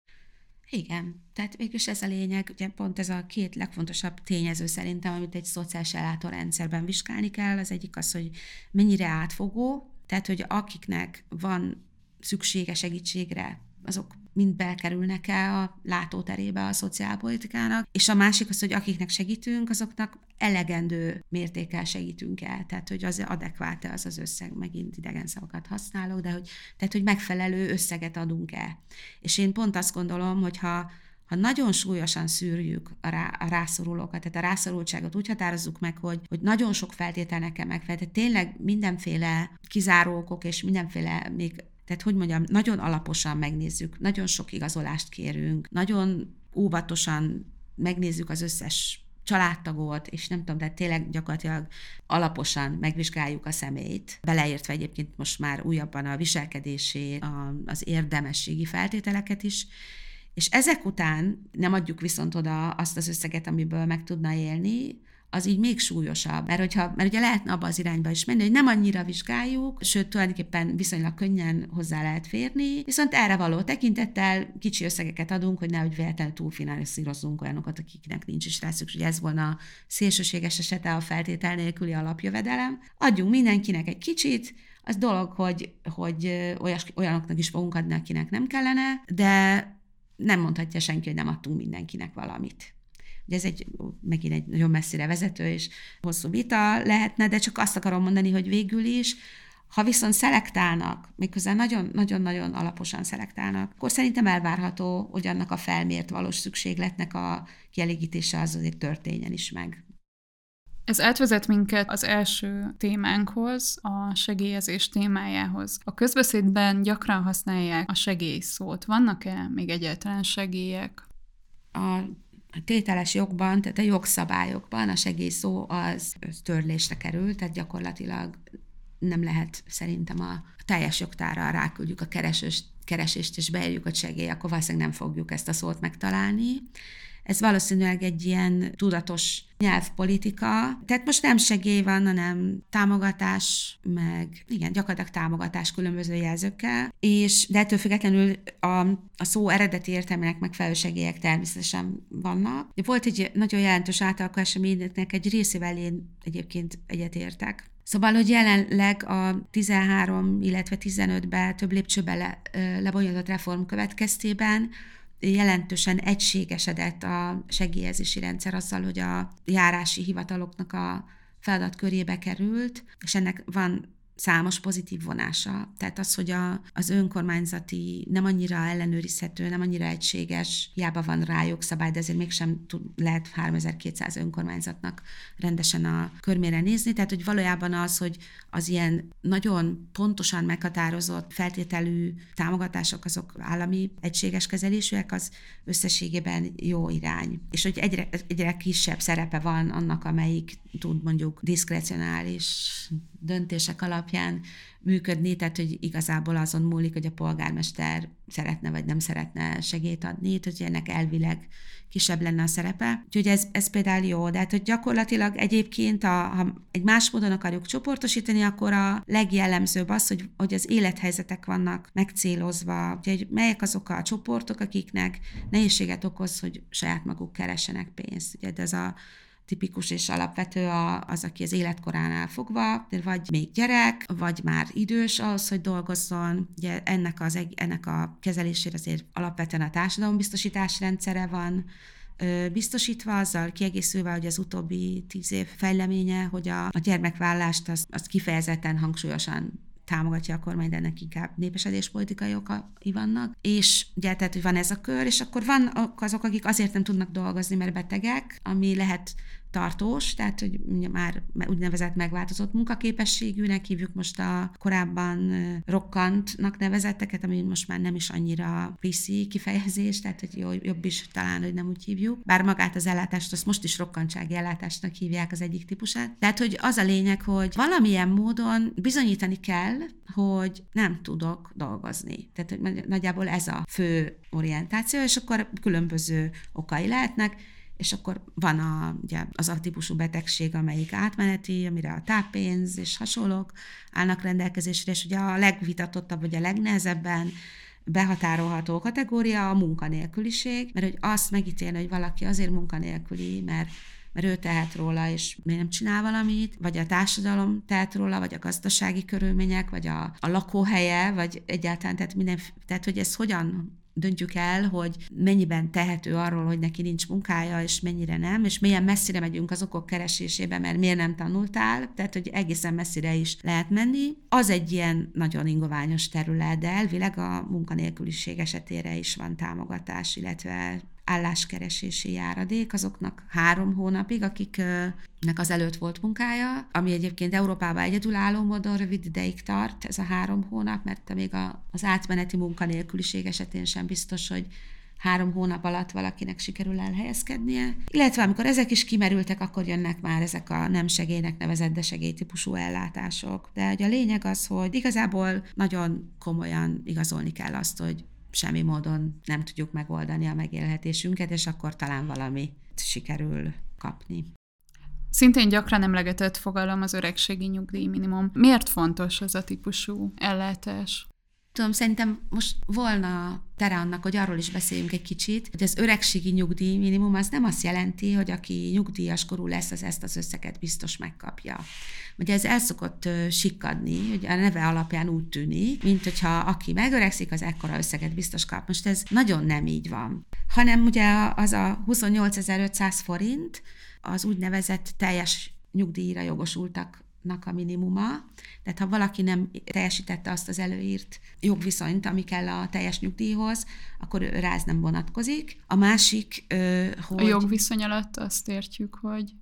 Igen, tehát végülis ez a lényeg, ugye pont ez a két legfontosabb tényező szerintem, amit egy szociális ellátórendszerben vizsgálni kell. Az egyik az, hogy mennyire átfogó, tehát, hogy akiknek van szüksége segítségre, azok mind bekerülnek-e a látóterébe a szociálpolitikának, és a másik az, hogy akiknek segítünk, azoknak elegendő mértékkel segítünk-e, tehát, hogy az adekvát-e az összeg, megint idegen szavakat használok, de hogy megfelelő összeget adunk-e. És én pont azt gondolom, hogy ha nagyon súlyosan szűrjük a rászorulókat, tehát a rászorultságot úgy határozzuk meg, hogy nagyon sok feltételnek kell megfelelni, tehát tényleg mindenféle kizárókok és mindenféle még, tehát hogy mondjam, nagyon alaposan megnézzük, nagyon sok igazolást kérünk, nagyon óvatosan megnézzük az összes családtagot, és nem tudom, tehát tényleg gyakorlatilag alaposan megvizsgáljuk a személyt, beleértve egyébként most már újabban a viselkedését, az érdemességi feltételeket is, és ezek után nem adjuk viszont oda azt az összeget, amiből meg tudna élni, az így még súlyosabb. Mert ugye lehetne abba az irányba is menni, hogy nem annyira vizsgáljuk, sőt, tulajdonképpen viszonylag könnyen hozzá lehet férni, viszont erre való tekintettel kicsi összegeket adunk, hogy nehogy véletlenül túlfinanszírozzunk olyanokat, akiknek nincs is rá szükség. Ez volna a szélsőséges esete a feltétel nélküli alapjövedelem. Adjunk mindenkinek egy kicsit, az dolog, hogy olyanoknak is fogunk adni, akinek nem kellene, de nem mondhatja senki, hogy nem adtunk mindenkinek valamit. Ugye ez megint egy nagyon messzire vezető és hosszú vita lehetne, de csak azt akarom mondani, hogy végül is, Ha viszont szelektálnak, méghozzá nagyon-nagyon alaposan szelektálnak, akkor szerintem elvárható, hogy annak a felmért valós szükségletnek a kielégítése az azért történjen is meg. Ez átvezet minket az első témánkhoz, a segélyezés témájához. A közbeszédben gyakran használják a segély szót. Vannak-e még egyáltalán segélyek? A tételes jogban, tehát a jogszabályokban a segélyszó az törlésre kerül, tehát gyakorlatilag nem lehet szerintem a teljes jogtárral ráküldjük a keresést és beírjuk a segély, akkor valószínűleg nem fogjuk ezt a szót megtalálni. Ez valószínűleg egy ilyen tudatos nyelvpolitika. Tehát most nem segély van, hanem támogatás, meg igen, gyakorlatilag támogatás különböző jelzőkkel, de ettől függetlenül a szó eredeti értelmének megfelelő segélyek természetesen vannak. Volt egy nagyon jelentős átalakulás, aminek egy részével én egyébként egyetértek. Szóval, hogy jelenleg a 13, illetve 15-ben több lépcsőben lebonyolított reform következtében jelentősen egységesedett a segélyezési rendszer azzal, hogy a járási hivataloknak a feladatkörébe került, és ennek van számos pozitív vonása. Tehát az, hogy az önkormányzati nem annyira ellenőrizhető, nem annyira egységes, hiába van rá jogszabály, de ezért mégsem lehet 3200 önkormányzatnak rendesen a körmére nézni. Tehát, hogy valójában az, hogy az ilyen nagyon pontosan meghatározott feltételű támogatások, azok állami egységes kezelésűek, az összességében jó irány. És hogy egyre kisebb szerepe van annak, amelyik tud mondjuk diszkrecionális döntések alapján működni, tehát hogy igazából azon múlik, hogy a polgármester szeretne vagy nem szeretne segélyt adni, tehát hogy ennek elvileg kisebb lenne a szerepe. Úgyhogy ez például jó, de hát, hogy gyakorlatilag egyébként, ha egy más módon akarjuk csoportosítani, akkor a legjellemzőbb az, hogy az élethelyzetek vannak megcélozva, hogy melyek azok a csoportok, akiknek nehézséget okoz, hogy saját maguk keressenek pénzt. Ugye ez a tipikus és alapvető az, aki az életkoránál fogva, vagy még gyerek, vagy már idős ahhoz, hogy dolgozzon. Ugye ennek a kezelésére azért alapvetően a társadalombiztosítás rendszere van biztosítva, azzal kiegészülve, hogy az utóbbi 10 év fejleménye, hogy a gyermekvállást azt kifejezetten hangsúlyosan támogatja a kormány, de ennek inkább népesedéspolitikai okai vannak. És ugye, tehát, hogy van ez a kör, és akkor van azok, akik azért nem tudnak dolgozni, mert betegek, ami lehet tartós, tehát, hogy már úgynevezett megváltozott munkaképességűnek hívjuk most a korábban rokkantnak nevezetteket, ami most már nem is annyira PC kifejezés, tehát, hogy jobb is talán, hogy nem úgy hívjuk. Bár magát az ellátást, azt most is rokkantsági ellátásnak hívják az egyik típusát. Tehát, hogy az a lényeg, hogy valamilyen módon bizonyítani kell, hogy nem tudok dolgozni. Tehát, hogy nagyjából ez a fő orientáció, és akkor különböző okai lehetnek, és akkor van ugye az a típusú betegség, amelyik átmeneti, amire a táppénz és hasonlók állnak rendelkezésre, és ugye a legvitatottabb, vagy a legnehezebben behatárolható kategória a munkanélküliség, mert hogy azt megítélni, hogy valaki azért munkanélküli, mert ő tehet róla, és még nem csinál valamit, vagy a társadalom tehet róla, vagy a gazdasági körülmények, vagy a lakóhelye, vagy egyáltalán, tehát hogy ez hogyan döntjük el, hogy mennyiben tehető arról, hogy neki nincs munkája, és mennyire nem, és milyen messzire megyünk az okok keresésébe, mert miért nem tanultál, tehát hogy egészen messzire is lehet menni. Az egy ilyen nagyon ingoványos terület, de elvileg a munkanélküliség esetére is van támogatás, illetve álláskeresési járadék azoknak 3 hónapig, akiknek az előtt volt munkája, ami egyébként Európában egyedülálló módon rövid ideig tart, ez a 3 hónap, mert még az átmeneti munkanélküliség esetén sem biztos, hogy 3 hónap alatt valakinek sikerül elhelyezkednie. Illetve amikor ezek is kimerültek, akkor jönnek már ezek a nem segélynek nevezett, de segélytípusú ellátások. De a lényeg az, hogy igazából nagyon komolyan igazolni kell azt, hogy semmi módon nem tudjuk megoldani a megélhetésünket, és akkor talán valamit sikerül kapni. Szintén gyakran emlegetett fogalom az öregségi nyugdíjminimum. Miért fontos ez a típusú ellátás? Tudom, szerintem most volna tere annak, hogy arról is beszéljünk egy kicsit, hogy az öregségi nyugdíjminimum az nem azt jelenti, hogy aki nyugdíjas korú lesz, az ezt az összeget biztos megkapja. Ugye ez el szokott sikkadni, hogy a neve alapján úgy tűnik, mint hogyha aki megöregszik, az ekkora összeget biztos kap. Most ez nagyon nem így van. Hanem ugye az a 28.500 forint az úgynevezett teljes nyugdíjra jogosultak a minimuma, tehát ha valaki nem teljesítette azt az előírt jogviszonyt, ami kell a teljes nyugdíjhoz, akkor rá ez nem vonatkozik. A másik, hogy... A jogviszony alatt azt értjük,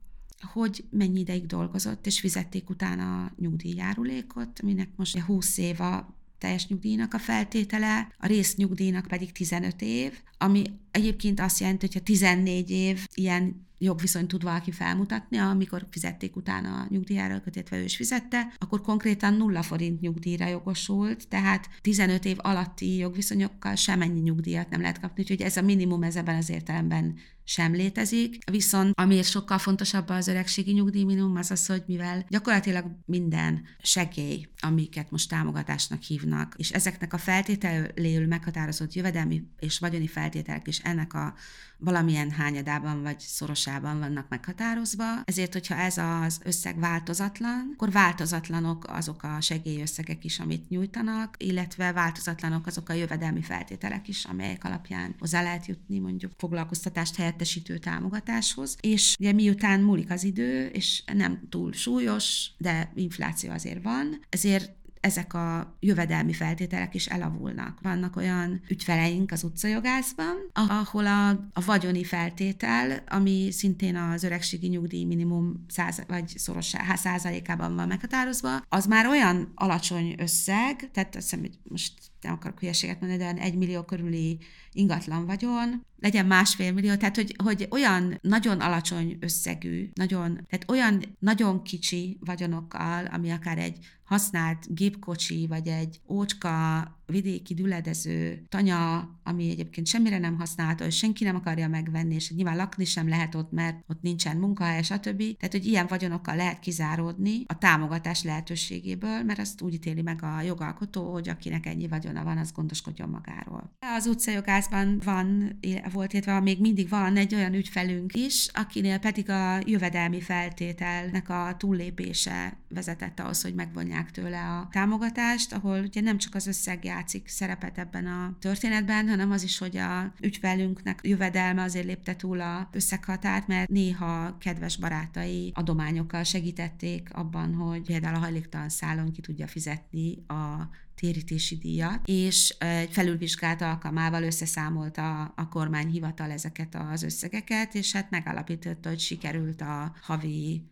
hogy mennyi ideig dolgozott, és fizették utána a nyugdíjjárulékot, aminek most 20 év a teljes nyugdíjnak a feltétele, a résznyugdíjnak pedig 15 év, ami egyébként azt jelenti, hogyha 14 év ilyen jogviszonyt tud valaki felmutatni, amikor fizették utána a nyugdíjára, illetve ő is fizette, akkor konkrétan 0 forint nyugdíjra jogosult, tehát 15 év alatti jogviszonyokkal semmennyi nyugdíjat nem lehet kapni, úgyhogy ez a minimum ez ebben az értelemben sem létezik. Viszont amiért sokkal fontosabb az öregségi nyugdíj minimum az az, hogy mivel gyakorlatilag minden segély, amiket most támogatásnak hívnak, és ezeknek a feltételéül meghatározott jövedelmi és vagyoni feltételek is ennek a valamilyen hányadában vagy szorosában vannak meghatározva. Ezért, hogyha ez az összeg változatlan, akkor változatlanok azok a segélyösszegek is, amit nyújtanak, illetve változatlanok azok a jövedelmi feltételek is, amelyek alapján hozzá lehet jutni mondjuk foglalkoztatást helyettesítő támogatáshoz. És ugye miután múlik az idő, és nem túl súlyos, de infláció azért van, ezért ezek a jövedelmi feltételek is elavulnak. Vannak olyan ügyfeleink az utcajogászban, ahol a vagyoni feltétel, ami szintén az öregségi nyugdíj minimum vagy szoros százalékában van meghatározva, az már olyan alacsony összeg, tehát azt hiszem, hogy most nem akarok hülyeséget mondani, de 1 millió körüli ingatlan vagyon, legyen 1,5 millió, tehát hogy olyan nagyon alacsony összegű, tehát olyan nagyon kicsi vagyonokkal, ami akár egy használt gépkocsi, vagy egy ócska vidéki düledező tanya, ami egyébként semmire nem használható, és senki nem akarja megvenni, és nyilván lakni sem lehet ott, mert ott nincsen munkahely, stb. Tehát, hogy ilyen vagyonokkal lehet kizáródni a támogatás lehetőségéből, mert azt úgy ítéli meg a jogalkotó, hogy akinek ennyi vagyona van, az gondoskodjon magáról. Az utcajogászban volt, illetve még mindig van egy olyan ügyfelünk is, akinél pedig a jövedelmi feltételnek a túllépése vezetett ahhoz, hogy megvonják tőle a támogatást, ahol ugye nem csak az összeg játszik szerepet ebben a történetben, hanem az is, hogy a ügyfelünknek jövedelme azért lépte túl a összeghatárt, mert néha kedves barátai adományokkal segítették abban, hogy például a hajléktalan szálon ki tudja fizetni a térítési díjat, és egy felülvizsgálat alkalmával összeszámolta a kormányhivatal ezeket az összegeket, és hát megállapította, hogy sikerült a havi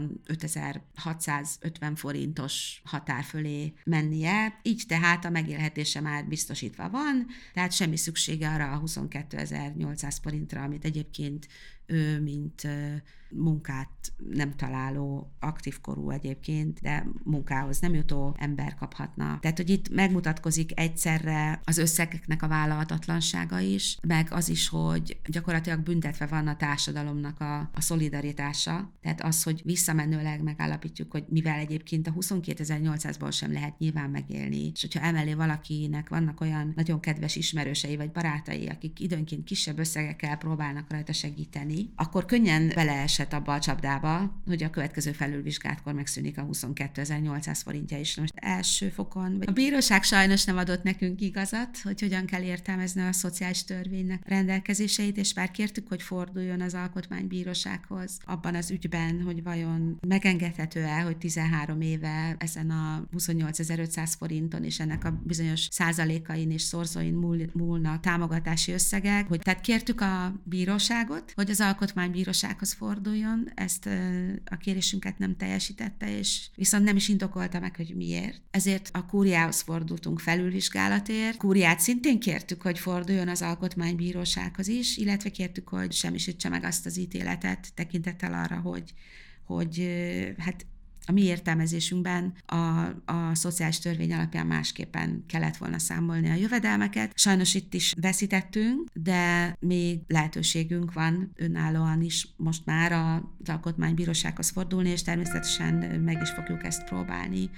25.650 forintos határ fölé mennie, így tehát a megélhetése már biztosítva van, tehát semmi szüksége arra a 22.800 forintra, amit egyébként ő, mint munkát nem találó, aktív korú egyébként, de munkához nem jutó ember kaphatna. Tehát, hogy itt megmutatkozik egyszerre az összegeknek a vállalhatatlansága is, meg az is, hogy gyakorlatilag büntetve van a társadalomnak a szolidaritása. Tehát az, hogy visszamenőleg megállapítjuk, hogy mivel egyébként a 22.800-ból sem lehet nyilván megélni, és hogyha emellé valakinek vannak olyan nagyon kedves ismerősei vagy barátai, akik időnként kisebb összegekkel próbálnak rajta segíteni, akkor könnyen beleesett abba a csapdába, hogy a következő felülvizsgálatkor megszűnik a 22.800 forintja is. Most első fokon. A bíróság sajnos nem adott nekünk igazat, hogy hogyan kell értelmezni a szociális törvénynek rendelkezéseit, és bár kértük, hogy forduljon az alkotmánybírósághoz abban az ügyben, hogy vajon megengedhető-e, hogy 13 éve ezen a 28.500 forinton és ennek a bizonyos százalékain és szorzóin múlna támogatási összegek, hogy tehát kértük a bíróságot, hogy az alkotmánybírósághoz forduljon, ezt a kérésünket nem teljesítette, és viszont nem is indokolta meg, hogy miért. Ezért a kúriához fordultunk felülvizsgálatért. Kúriát szintén kértük, hogy forduljon az alkotmánybírósághoz is, illetve kértük, hogy semmisítse meg azt az ítéletet tekintettel arra, hogy hát a mi értelmezésünkben a szociális törvény alapján másképpen kellett volna számolni a jövedelmeket. Sajnos itt is veszítettünk, de még lehetőségünk van önállóan is most már az alkotmánybírósághoz fordulni, és természetesen meg is fogjuk ezt próbálni.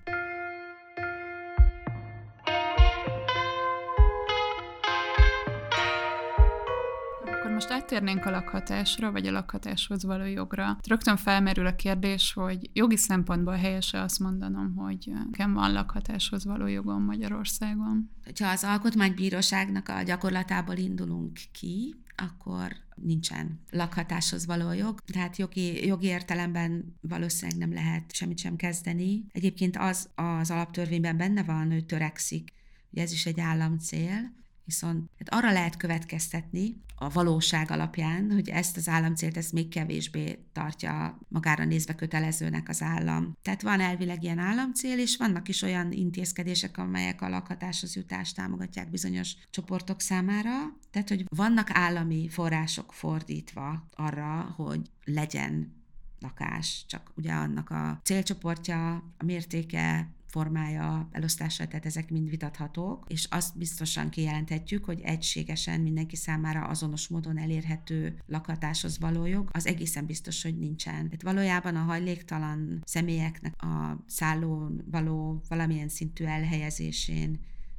most áttérnénk a lakhatásra, vagy a lakhatáshoz való jogra. Rögtön felmerül a kérdés, hogy jogi szempontból helyes-e azt mondanom, hogy nekem van lakhatáshoz való jogom Magyarországon. Ha az Alkotmánybíróságnak a gyakorlatából indulunk ki, akkor nincsen lakhatáshoz való jog, tehát jogi értelemben valószínűleg nem lehet semmit sem kezdeni. Egyébként az alaptörvényben benne van, hogy törekszik, ugye ez is egy államcél, viszont hát arra lehet következtetni a valóság alapján, hogy ezt az államcélt ezt még kevésbé tartja magára nézve kötelezőnek az állam. Tehát van elvileg ilyen államcél, és vannak is olyan intézkedések, amelyek a lakhatáshoz jutást támogatják bizonyos csoportok számára. Tehát, hogy vannak állami források fordítva arra, hogy legyen lakás, csak ugye annak a célcsoportja, a mértéke, formája, elosztása, tehát ezek mind vitathatók, és azt biztosan kijelenthetjük, hogy egységesen mindenki számára azonos módon elérhető lakhatáshoz való jog, az egészen biztos, hogy nincsen. Tehát valójában a hajléktalan személyeknek a szállón való valamilyen szintű elhelyezésén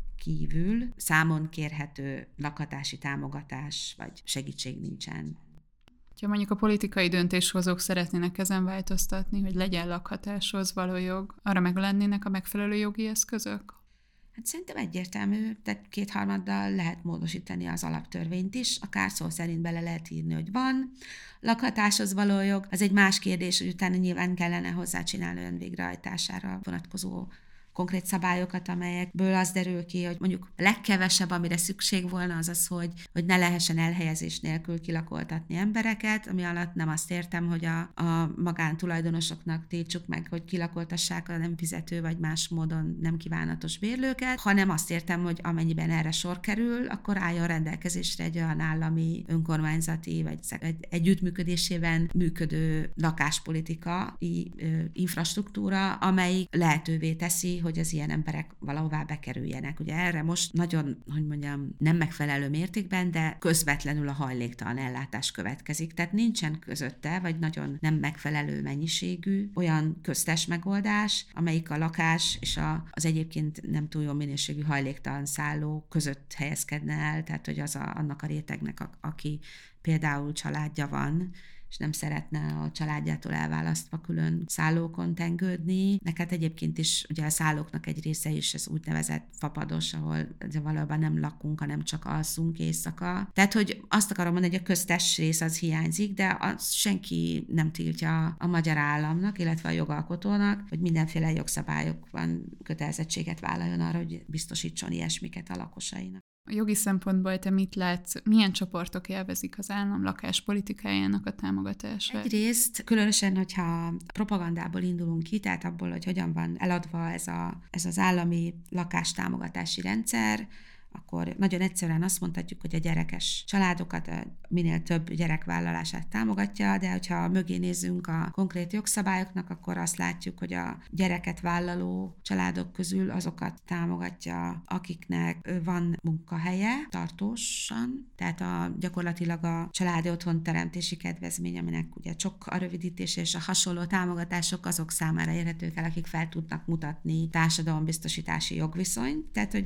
kívül számon kérhető lakhatási támogatás vagy segítség nincsen. Ha mondjuk a politikai döntéshozók szeretnének ezen változtatni, hogy legyen lakhatáshoz való jog, arra meg lennének a megfelelő jogi eszközök? Hát szerintem egyértelmű, tehát 2/3 lehet módosítani az alaptörvényt is, akár szó szerint bele lehet írni, hogy van lakhatáshoz való jog. Az egy más kérdés, hogy utána nyilván kellene hozzácsinálni olyan végrehajtására vonatkozó konkrét szabályokat, amelyekből az derül ki, hogy mondjuk a legkevesebb, amire szükség volna, az az, hogy ne lehessen elhelyezés nélkül kilakoltatni embereket, ami alatt nem azt értem, hogy a magántulajdonosoknak tiltsuk meg, hogy kilakoltassák a nem fizető vagy más módon nem kívánatos bérlőket, hanem azt értem, hogy amennyiben erre sor kerül, akkor álljon rendelkezésre egy olyan állami, önkormányzati vagy együttműködésében működő lakáspolitikai infrastruktúra, amely lehetővé teszi, hogy az ilyen emberek valahová bekerüljenek. Ugye erre most nagyon, nem megfelelő mértékben, de közvetlenül a hajléktalan ellátás következik. Tehát nincsen közötte, vagy nagyon nem megfelelő mennyiségű olyan köztes megoldás, amelyik a lakás és az egyébként nem túl jó minőségű hajléktalan szálló között helyezkedne el, tehát hogy az annak a rétegnek, aki például családja van, és nem szeretne a családjától elválasztva külön szállókon tengődni. Neked egyébként is ugye a szállóknak egy része is ez úgynevezett fapados, ahol valójában nem lakunk, hanem csak alszunk éjszaka. Tehát, hogy azt akarom mondani, hogy a köztes rész az hiányzik, de az senki nem tiltja a magyar államnak, illetve a jogalkotónak, hogy mindenféle jogszabályokban kötelezettséget vállaljon arra, hogy biztosítson ilyesmiket a lakosainak. A jogi szempontból te mit látsz, milyen csoportok élvezik az állam lakáspolitikájának a támogatását? Egyrészt, különösen, hogyha propagandából indulunk ki, tehát abból, hogy hogyan van eladva ez az állami lakástámogatási rendszer, akkor nagyon egyszerűen azt mondhatjuk, hogy a gyerekes családokat minél több gyerek vállalását támogatja, de hogyha mögé nézzünk a konkrét jogszabályoknak, akkor azt látjuk, hogy a gyereket vállaló családok közül azokat támogatja, akiknek van munkahelye tartósan, tehát gyakorlatilag a családi otthonteremtési kedvezmény, aminek ugye csak a rövidítése és a hasonló támogatások azok számára érhetők el, akik fel tudnak mutatni társadalombiztosítási jogviszonyt, tehát hogy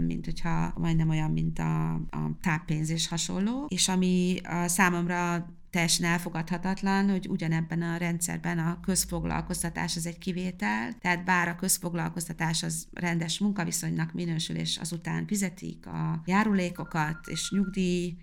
majdnem olyan, mint a táppénz és hasonló, és ami számomra teljesen elfogadhatatlan, hogy ugyanebben a rendszerben a közfoglalkoztatás az egy kivétel, tehát bár a közfoglalkoztatás az rendes munkaviszonynak minősül, és azután fizetik a járulékokat és nyugdíj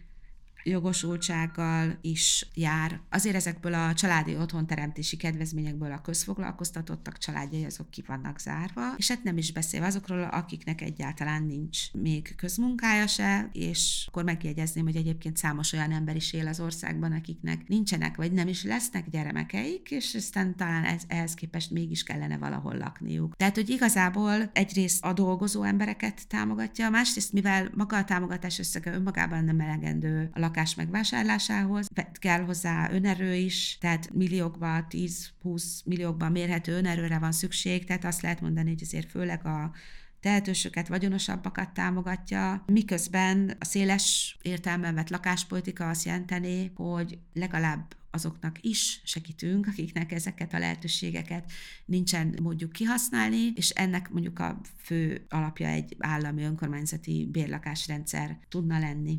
jogosultsággal is jár. Azért ezekből a családi otthonteremtési kedvezményekből a közfoglalkoztatottak családjai azok ki vannak zárva, és hát nem is beszélve azokról, akiknek egyáltalán nincs még közmunkája se, és akkor megjegyezném, hogy egyébként számos olyan ember is él az országban, akiknek nincsenek, vagy nem is lesznek gyermekeik, és aztán talán ehhez képest mégis kellene valahol lakniuk. Tehát, hogy igazából egyrészt a dolgozó embereket támogatja, másrészt, mivel maga a támogatás összege önmagában nem elegendő a lakás megvásárlásához, kell hozzá önerő is, tehát milliókban, 10-20 milliókban mérhető önerőre van szükség, tehát azt lehet mondani, hogy azért főleg a tehetősöket, vagyonosabbakat támogatja, miközben a széles értelemben vett lakáspolitika azt jelenteni, hogy legalább azoknak is segítünk, akiknek ezeket a lehetőségeket nincsen módjuk kihasználni, és ennek mondjuk a fő alapja egy állami önkormányzati bérlakásrendszer tudna lenni.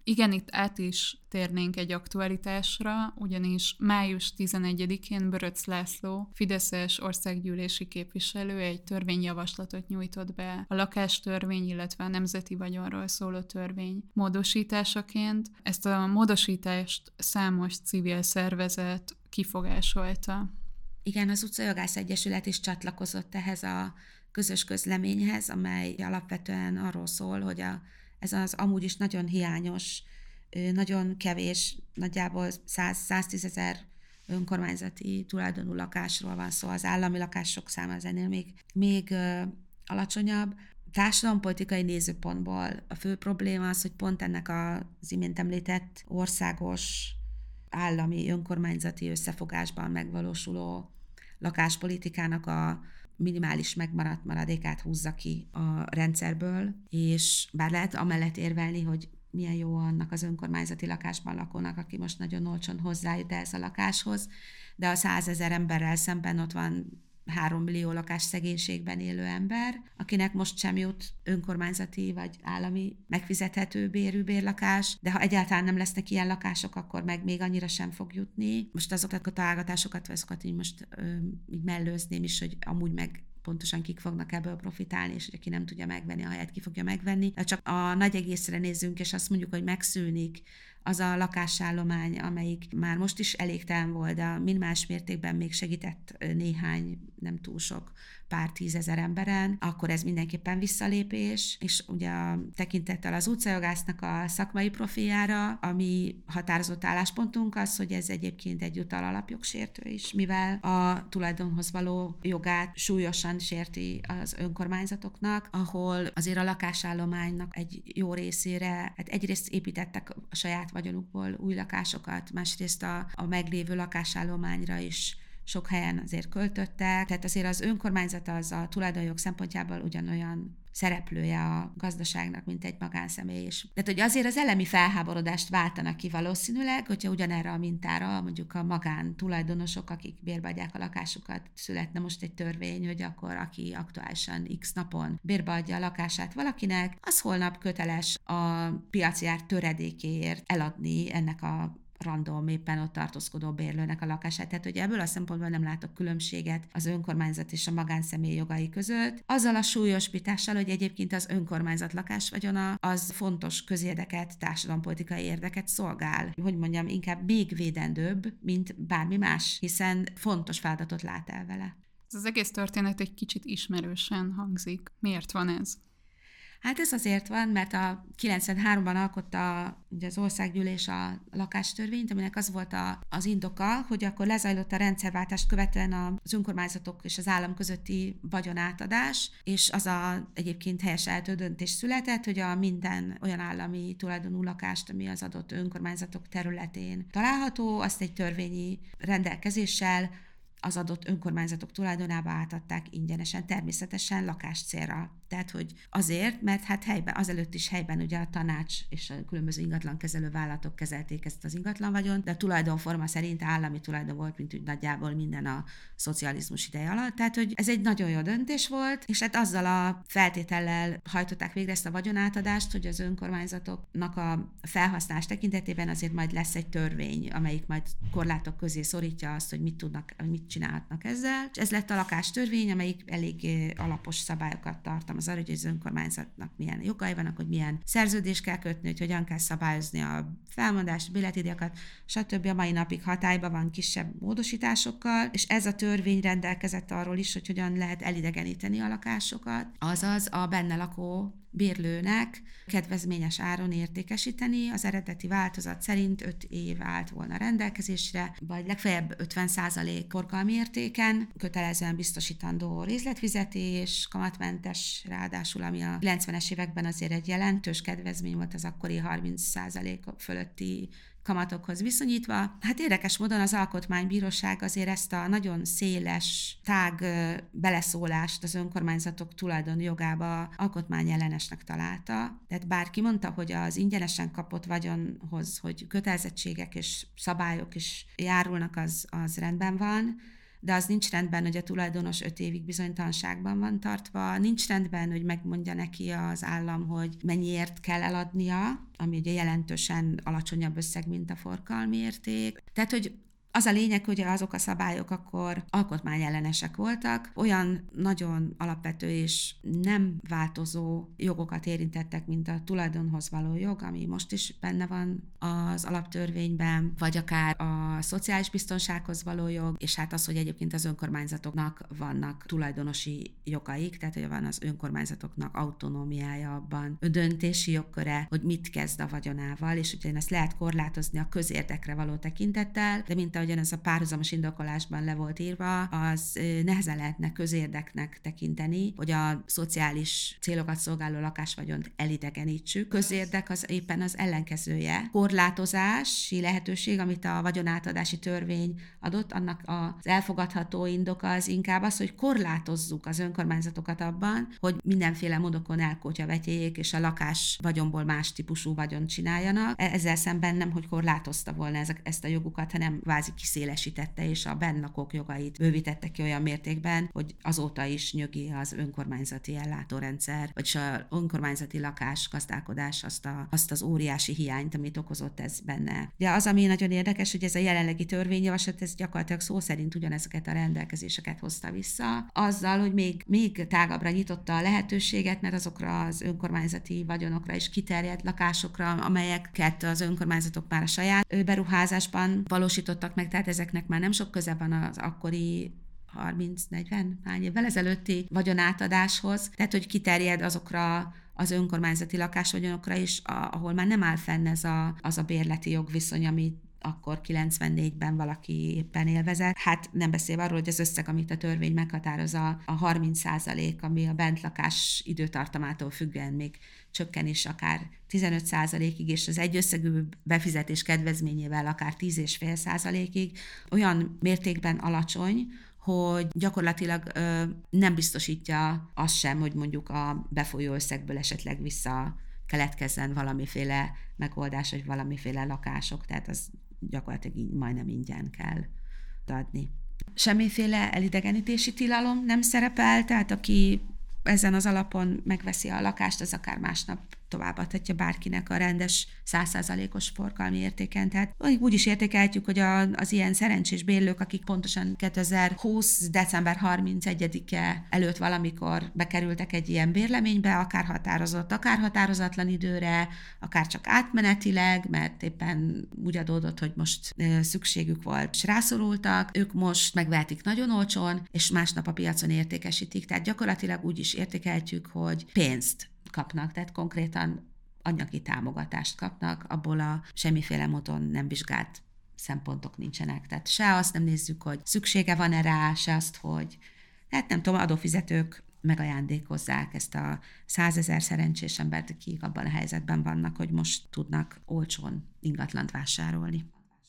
Igen, itt át is térnénk egy aktualitásra, ugyanis május 11-én Böröcz László, fideszes országgyűlési képviselő egy törvényjavaslatot nyújtott be a lakástörvény, illetve a nemzeti vagyonról szóló törvény módosításaként. Ezt a módosítást számos civil szervezet kifogásolta. Igen, az Utcajogász Egyesület is csatlakozott ehhez a közös közleményhez, amely alapvetően arról szól, hogy ez az amúgy is nagyon hiányos, nagyon kevés, nagyjából 100-110 ezer önkormányzati tulajdonú lakásról van szó, az állami lakások száma az ennél még alacsonyabb. Társadalompolitikai nézőpontból a fő probléma az, hogy pont ennek az imént említett országos állami önkormányzati összefogásban megvalósuló lakáspolitikának a minimális megmaradt maradékát húzza ki a rendszerből, és bár lehet amellett érvelni, hogy milyen jó annak az önkormányzati lakásban lakónak, aki most nagyon olcsón hozzájut ehhez a lakáshoz, de a 100 000 emberrel szemben ott van 3 millió lakásszegénységben élő ember, akinek most sem jut önkormányzati vagy állami megfizethető bérű bérlakás, de ha egyáltalán nem lesznek ilyen lakások, akkor meg még annyira sem fog jutni. Most azokat a találgatásokat, vagy azokat így most így mellőzném is, hogy amúgy meg pontosan kik fognak ebből profitálni, és hogy aki nem tudja megvenni, ahelyett ki fogja megvenni. De csak a nagy egészre nézzünk, és azt mondjuk, hogy megszűnik az a lakásállomány, amelyik már most is elégtelen volt, de minimális mértékben még segített néhány, nem túl sok, pár 10 000 emberen, akkor ez mindenképpen visszalépés, és ugye a tekintettel az utcajogásznak a szakmai profiljára, ami határozott álláspontunk az, hogy ez egyébként egy utal alapjogsértő is, mivel a tulajdonhoz való jogát súlyosan sérti az önkormányzatoknak, ahol azért a lakásállománynak egy jó részére, hát egyrészt építettek a saját vagyonukból új lakásokat, másrészt a meglévő lakásállományra is sok helyen azért költöttek, tehát azért az önkormányzat az a tulajdonjog szempontjából ugyanolyan szereplője a gazdaságnak, mint egy magánszemély is. Tehát, hogy azért az elemi felháborodást váltanak ki valószínűleg, hogyha ugyanerre a mintára mondjuk a magán tulajdonosok, akik bérbe adják a lakásukat, születne most egy törvény, hogy akkor aki aktuálisan x napon bérbe adja a lakását valakinek, az holnap köteles a piaci ár töredékéért eladni ennek a random, éppen ott tartózkodó bérlőnek a lakását. Tehát, hogy ebből a szempontból nem látok különbséget az önkormányzat és a magánszemély jogai között. Azzal a súlyosbítással, hogy egyébként az önkormányzat lakásvagyona az fontos közérdeket, társadalompolitikai érdeket szolgál. Hogy mondjam, inkább még védendőbb, mint bármi más, hiszen fontos feladatot lát el vele. Ez az egész történet egy kicsit ismerősen hangzik. Miért van ez? Hát ez azért van, mert a 93-ban alkotta ugye az országgyűlés a lakástörvényt, aminek az volt az indoka, hogy akkor lezajlott a rendszerváltást követően az önkormányzatok és az állam közötti vagyonátadás, és az egyébként helyeselhető döntés született, hogy a minden olyan állami tulajdonú lakást, ami az adott önkormányzatok területén található, azt egy törvényi rendelkezéssel az adott önkormányzatok tulajdonába átadták ingyenesen, természetesen lakáscélra. Tehát, hogy azért, mert hát helyben, azelőtt is helyben ugye a tanács és a különböző ingatlankezelő vállalatok kezelték ezt az ingatlanvagyont, de a tulajdonforma szerint állami tulajdon volt, mint úgy nagyjából minden a szocializmus ideje alatt. Tehát, hogy ez egy nagyon jó döntés volt, és hát azzal a feltétellel hajtották végre ezt a vagyonátadást, hogy az önkormányzatoknak a felhasználás tekintetében azért majd lesz egy törvény, amelyik majd korlátok közé szorítja azt, hogy mit csinálhatnak ezzel. És ez lett a lakástörvény, amelyik elég alapos szabályokat tartalmaz arra, hogy az önkormányzatnak milyen jogai vannak, hogy milyen szerződést kell kötni, hogy hogyan kell szabályozni a felmondást, béletidejakat, stb. A mai napig hatályban van kisebb módosításokkal, és ez a törvény rendelkezett arról is, hogy hogyan lehet elidegeníteni a lakásokat, azaz a benne lakó bérlőnek kedvezményes áron értékesíteni. Az eredeti változat szerint 5 év állt volna rendelkezésre, vagy legfeljebb 50% forgalmi értéken, kötelezően biztosítandó részletfizetés, kamatmentes, ráadásul ami a 90-es években azért egy jelentős kedvezmény volt az akkori 30% fölötti kamatokhoz viszonyítva. Hát érdekes módon az Alkotmánybíróság azért ezt a nagyon széles, tág beleszólást az önkormányzatok tulajdonjogába alkotmányellenesnek találta. Tehát bárki mondta, hogy az ingyenesen kapott vagyonhoz, hogy kötelezettségek és szabályok is járulnak, az rendben van, de az nincs rendben, hogy a tulajdonos 5 évig bizonytalanságban van tartva, nincs rendben, hogy megmondja neki az állam, hogy mennyiért kell eladnia, ami ugye jelentősen alacsonyabb összeg, mint a forgalmi érték. Tehát, hogy az a lényeg, hogy azok a szabályok akkor alkotmányellenesek voltak, olyan nagyon alapvető és nem változó jogokat érintettek, mint a tulajdonhoz való jog, ami most is benne van az alaptörvényben, vagy akár a szociális biztonsághoz való jog, és hát az, hogy egyébként az önkormányzatoknak vannak tulajdonosi jogaik, tehát hogy van az önkormányzatoknak autonómiája abban, döntési jogköre, hogy mit kezd a vagyonával, és ugyan ezt lehet korlátozni a közérdekre való tekintettel, de mint ahogyan ez a párhuzamos indokolásban le volt írva, az nehezen lehetne közérdeknek tekinteni, hogy a szociális célokat szolgáló lakásvagyont elidegenítsük. Közérdek az éppen az ellenkezője. Korlátozási lehetőség, amit a vagyonátadási törvény adott, annak az elfogadható indoka az inkább az, hogy korlátozzuk az önkormányzatokat abban, hogy mindenféle módokon elkotyavetjék, és a lakás vagyonból más típusú vagyont csináljanak. Ezzel szemben nem, hogy korlátozta volna ezt a jogukat, hanem kvázi kiszélesítette, és a bennlakók jogait bővítette ki olyan mértékben, hogy azóta is nyögi az önkormányzati ellátórendszer, vagyis az önkormányzati lakásgazdálkodás azt az óriási hiányt, amit okozott ez benne. De az, ami nagyon érdekes, hogy ez a jelenlegi törvényjavaslat, ez gyakorlatilag szó szerint ugyanezeket a rendelkezéseket hozta vissza, azzal, hogy még tágabbra nyitotta a lehetőséget, mert azokra az önkormányzati vagyonokra is kiterjedt lakásokra, amelyeket az önkormányzatok már a saját beruházásban valósítottak meg, tehát ezeknek már nem sok köze van az akkori 30-40 hány évvel ezelőtti vagyonátadáshoz, tehát hogy kiterjed azokra az önkormányzati lakásvagyonokra is, ahol már nem áll fenn az a bérleti jogviszony, ami akkor 94-ben valaki éppen élvezett. Hát nem beszélve arról, hogy az összeg, amit a törvény meghatároz, a 30%, ami a bentlakás időtartamától függően még csökken is akár 15%-ig, és az egyösszegű befizetés kedvezményével akár 10,5%-ig olyan mértékben alacsony, hogy gyakorlatilag nem biztosítja azt sem, hogy mondjuk a befolyó összegből esetleg vissza keletkezzen valamiféle megoldás, vagy valamiféle lakások, tehát az gyakorlatilag így majdnem ingyen kell adni. Semmiféle elidegenítési tilalom nem szerepel, tehát aki ezen az alapon megveszi a lakást, az akár másnap továbbadhatja bárkinek a rendes 100%-os forgalmi értéken. Tehát úgy is értékeltjük, hogy az ilyen szerencsés bérlők, akik pontosan 2020. december 31-e előtt valamikor bekerültek egy ilyen bérleménybe, akár határozott, akár határozatlan időre, akár csak átmenetileg, mert éppen úgy adódott, hogy most szükségük volt, és rászorultak, ők most megvehetik nagyon olcsón, és másnap a piacon értékesítik. Tehát gyakorlatilag úgy is értékeltjük, hogy pénzt kapnak, tehát konkrétan anyagi támogatást kapnak, abból a semmiféle módon nem vizsgált szempontok nincsenek. Tehát se azt nem nézzük, hogy szüksége van-e rá, se azt, hogy hát nem tudom, adófizetők megajándékozzák ezt a 100 000 szerencsés embert, akik abban a helyzetben vannak, hogy most tudnak olcsón ingatlant vásárolni.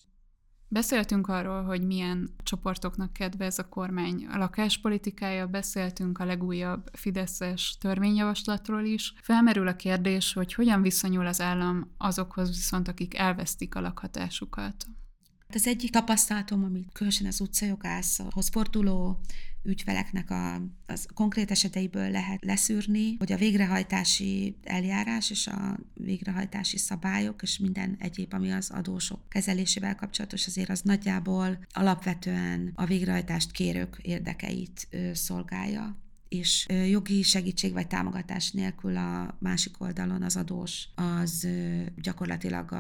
Beszéltünk arról, hogy milyen csoportoknak kedvez a kormány a lakáspolitikája, beszéltünk a legújabb fideszes törvényjavaslatról is. Felmerül a kérdés, hogy hogyan viszonyul az állam azokhoz viszont, akik elvesztik a lakhatásukat. Az egyik tapasztalatom, amit különösen az utcajogászhoz forduló ügyfeleknek az konkrét eseteiből lehet leszűrni, hogy a végrehajtási eljárás és a végrehajtási szabályok és minden egyéb, ami az adósok kezelésével kapcsolatos, azért az nagyjából alapvetően a végrehajtást kérők érdekeit szolgálja. És jogi segítség vagy támogatás nélkül a másik oldalon az adós, az gyakorlatilag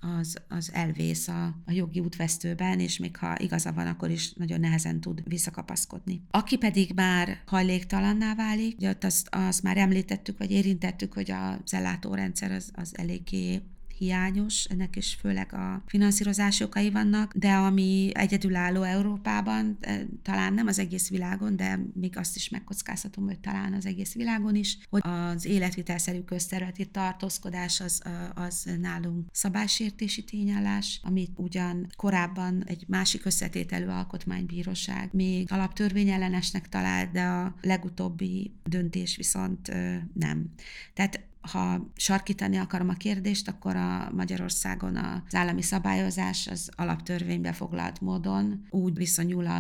az elvész a jogi útvesztőben, és még ha igaza van, akkor is nagyon nehezen tud visszakapaszkodni. Aki pedig már hajléktalanná válik, ugye azt már említettük, vagy érintettük, hogy az ellátórendszer az eléggé hiányos, ennek is főleg a finanszírozási okai vannak, de ami egyedülálló Európában, talán nem az egész világon, de még azt is megkockáztatom, hogy talán az egész világon is, hogy az életvitelszerű közterületi tartózkodás az nálunk szabálysértési tényállás, amit ugyan korábban egy másik összetételű alkotmánybíróság még alaptörvényellenesnek talált, de a legutóbbi döntés viszont nem. Tehát ha sarkítani akarom a kérdést, akkor a Magyarországon az állami szabályozás az alaptörvénybe foglalt módon úgy viszonyul az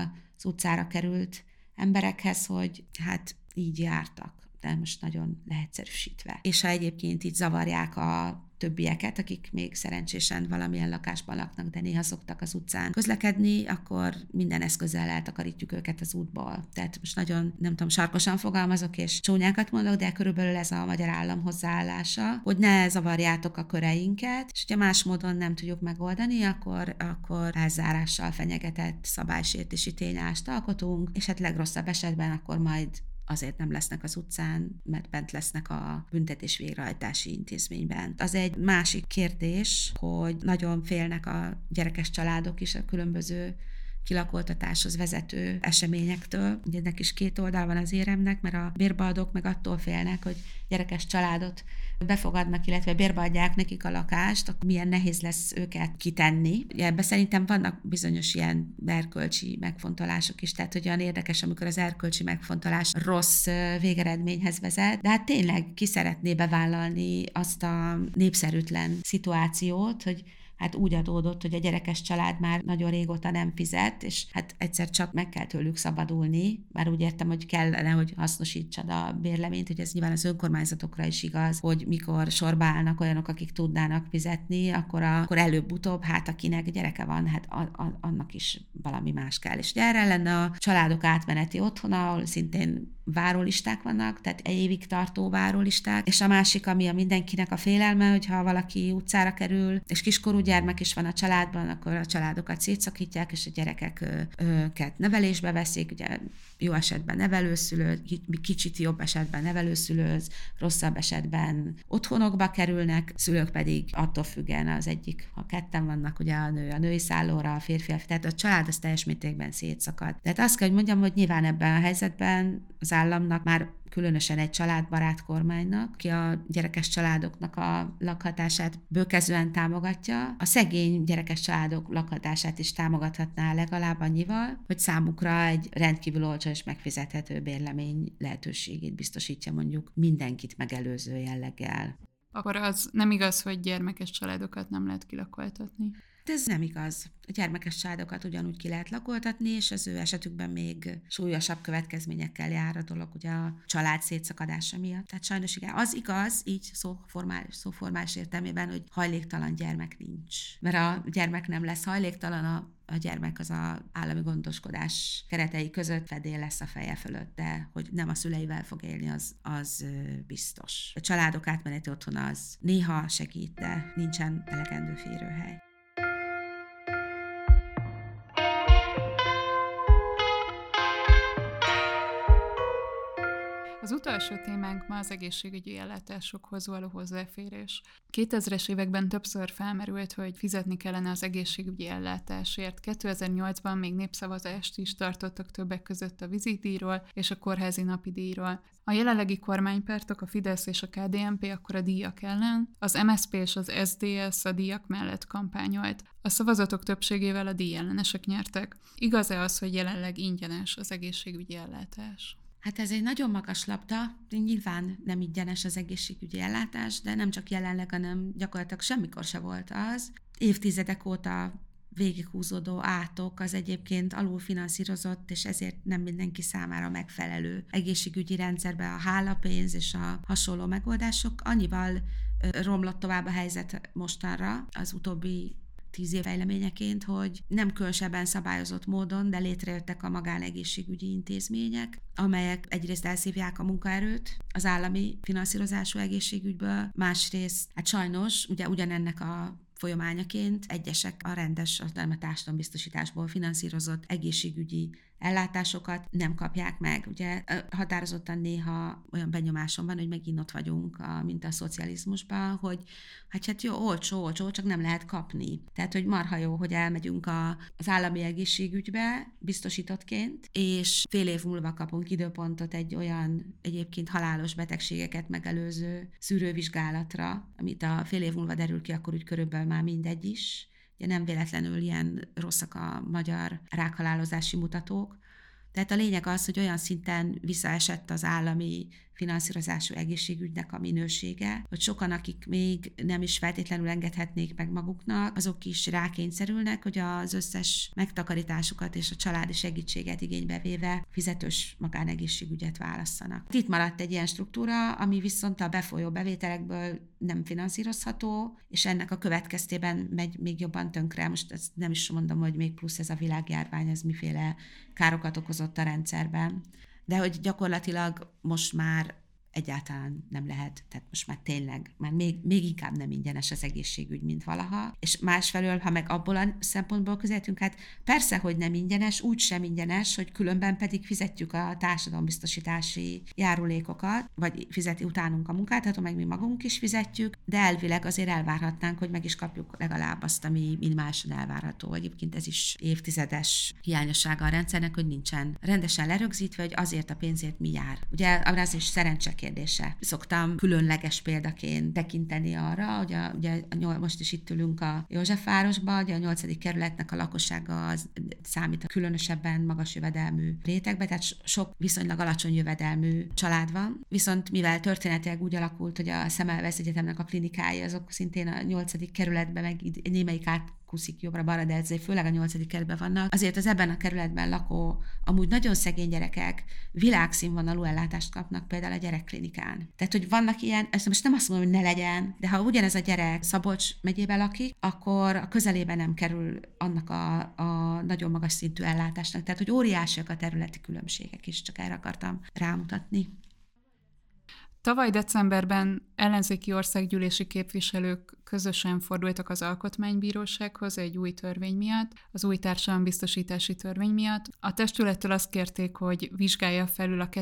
az utcára került emberekhez, hogy hát így jártak, de most nagyon leegyszerűsítve. És ha egyébként így zavarják a többieket, akik még szerencsésen valamilyen lakásban laknak, de néha szoktak az utcán közlekedni, akkor minden eszközzel eltakarítjuk őket az útból. Tehát most nagyon, nem tudom, sarkosan fogalmazok és csúnyákat mondok, de körülbelül ez a magyar állam hozzáállása, hogy ne zavarjátok a köreinket, és hogyha más módon nem tudjuk megoldani, akkor elzárással fenyegetett szabálysértési tényállást alkotunk, és hát legrosszabb esetben akkor majd azért nem lesznek az utcán, mert bent lesznek a büntetés végrehajtási intézményben. Az egy másik kérdés, hogy nagyon félnek a gyerekes családok is a különböző kilakoltatáshoz vezető eseményektől. Ugye ennek is két oldal van az éremnek, mert a bérbeadók meg attól félnek, hogy gyerekes családot befogadnak, illetve bérbeadják nekik a lakást, akkor milyen nehéz lesz őket kitenni. Ugye ebben szerintem vannak bizonyos ilyen erkölcsi megfontolások is, tehát olyan érdekes, amikor az erkölcsi megfontolás rossz végeredményhez vezet, de hát tényleg ki szeretné bevállalni azt a népszerűtlen szituációt, hogy hát úgy adódott, hogy a gyerekes család már nagyon régóta nem fizet, és hát egyszer csak meg kell tőlük szabadulni, bár úgy értem, hogy kellene, hogy hasznosítsad a bérleményt, hogy ez nyilván az önkormányzatokra is igaz, hogy mikor sorba állnak olyanok, akik tudnának fizetni, akkor előbb-utóbb, hát akinek gyereke van, hát annak is valami más kell. És erre lenne a családok átmeneti otthona, ahol szintén várólisták vannak, tehát egy évig tartó várólisták, és a másik, ami a mindenkinek a félelme, hogyha valaki utcára kerül, és kiskorú gyermek is van a családban, akkor a családokat szétszakítják, és a gyerekeket nevelésbe veszik, ugye jó esetben nevelőszülő, kicsit jobb esetben nevelőszülőz, rosszabb esetben otthonokba kerülnek, szülők pedig attól függen az egyik, ha ketten vannak, ugye a női szállóra, a férfi, tehát a család az teljes mértékben szétszakad. Tehát azt kell, hogy mondjam, hogy nyilván ebben a helyzetben az államnak már különösen egy családbarát kormánynak, ki a gyerekes családoknak a lakhatását bőkezően támogatja, a szegény gyerekes családok lakhatását is támogathatná legalább annyival, hogy számukra egy rendkívül olcsó és megfizethető bérlemény lehetőségét biztosítja mondjuk mindenkit megelőző jelleggel. Akkor az nem igaz, hogy gyermekes családokat nem lehet kilakoltatni? De ez nem igaz. A gyermekes családokat ugyanúgy ki lehet lakoltatni, és az ő esetükben még súlyosabb következményekkel jár a dolog, ugye a család szétszakadása miatt. Tehát sajnos igen, az igaz, így szóformális értelmében, hogy hajléktalan gyermek nincs. Mert a gyermek nem lesz hajléktalan, a gyermek az a állami gondoskodás keretei között fedél lesz a feje fölött, de hogy nem a szüleivel fog élni, az biztos. A családok átmeneti otthona az néha segít, de nincsen elegendő férőhely. Az utolsó témánk ma az egészségügyi ellátásokhoz való hozzáférés. 2000-es években többször felmerült, hogy fizetni kellene az egészségügyi ellátásért. 2008-ban még népszavazást is tartottak többek között a vizitdíjról és a kórházi napidíjról. A jelenlegi kormánypártok, a Fidesz és a KDNP akkor a díjak ellen, az MSZP és az SZDSZ a díjak mellett kampányolt. A szavazatok többségével a díjellenesek nyertek. Igaz-e az, hogy jelenleg ingyenes az egészségügyi ellátás? Hát ez egy nagyon magas labda, nyilván nem ingyenes az egészségügyi ellátás, de nem csak jelenleg, hanem gyakorlatilag semmikor se volt az. Évtizedek óta végighúzódó átok az egyébként alulfinanszírozott, és ezért nem mindenki számára megfelelő egészségügyi rendszerbe a hálapénz és a hasonló megoldások. Annyival romlott tovább a helyzet mostanra az utóbbi 10 év fejleményeként, hogy nem különösebben szabályozott módon, de létrejöttek a magánegészségügyi intézmények, amelyek egyrészt elszívják a munkaerőt az állami finanszírozású egészségügyből, másrészt, hát sajnos ugye ugyanennek a folyamányaként egyesek a rendes, a társadalombiztosításból finanszírozott egészségügyi ellátásokat nem kapják meg. Ugye határozottan néha olyan benyomásom van, hogy megint ott vagyunk, mint a szocializmusban, hogy hát jó, olcsó, csak nem lehet kapni. Tehát, hogy marha jó, hogy elmegyünk az állami egészségügybe biztosítottként, és fél év múlva kapunk időpontot egy olyan egyébként halálos betegségeket megelőző szűrővizsgálatra, amit a fél év múlva derül ki, akkor úgy körülbelül már mindegy is. Ugye nem véletlenül ilyen rosszak a magyar rákhalálozási mutatók, Tehát a lényeg az, hogy olyan szinten visszaesett az állami finanszírozású egészségügynek a minősége, hogy sokan, akik még nem is feltétlenül engedhetnék meg maguknak, azok is rákényszerülnek, hogy az összes megtakarításukat és a családi segítséget igénybe véve fizetős magánegészségügyet válasszanak. Itt maradt egy ilyen struktúra, ami viszont a befolyó bevételekből nem finanszírozható, és ennek a következtében megy még jobban tönkre. Most ezt nem is mondom, hogy még plusz ez a világjárvány, ez miféle károkat okozott a rendszerben. De hogy gyakorlatilag most már egyáltalán nem lehet, tehát most már tényleg, már még inkább nem ingyenes az egészségügy, mint valaha. És másfelől, ha meg abból a szempontból közelítünk, hát persze, hogy nem ingyenes, úgy sem ingyenes, hogy különben pedig fizetjük a társadalombiztosítási járulékokat, vagy fizeti utánunk a munkáltató, meg mi magunk is fizetjük, de elvileg azért elvárhatnánk, hogy meg is kapjuk legalább azt, ami minimálisan elvárható. Egyébként ez is évtizedes hiányossága a rendszernek, hogy nincsen rendesen lerögzítve, hogy azért a pénzért mi jár. Ugye az is szerencse kérdése. Szoktam különleges példaként tekinteni arra, hogy ugye most is itt ülünk a Józsefvárosban, ugye a 8. kerületnek a lakossága az számít a különösebben magas jövedelmű rétegbe, tehát sok viszonylag alacsony jövedelmű család van. Viszont mivel történetileg úgy alakult, hogy a Semmelweis Egyetemnek a klinikái azok szintén a 8. kerületben, meg némelyik átkuszik jobbra-balra, de ezért főleg a 8. kerületben vannak, azért az ebben a kerületben lakó, amúgy nagyon szegény gyerekek világszínvonalú ellátást kapnak például a gyerekklinikán. Tehát, hogy vannak ilyen, ezt most nem azt mondom, hogy ne legyen, de ha ugyanez a gyerek Szabolcs megyében lakik, akkor a közelében nem kerül annak a nagyon magas szintű ellátásnak. Tehát, hogy óriásiak a területi különbségek is, csak erre akartam rámutatni. Tavaly decemberben ellenzéki országgyűlési képviselők közösen fordultak az Alkotmánybírósághoz egy új törvény miatt, az új társadalombiztosítási törvény miatt. A testülettől azt kérték, hogy vizsgálja felül a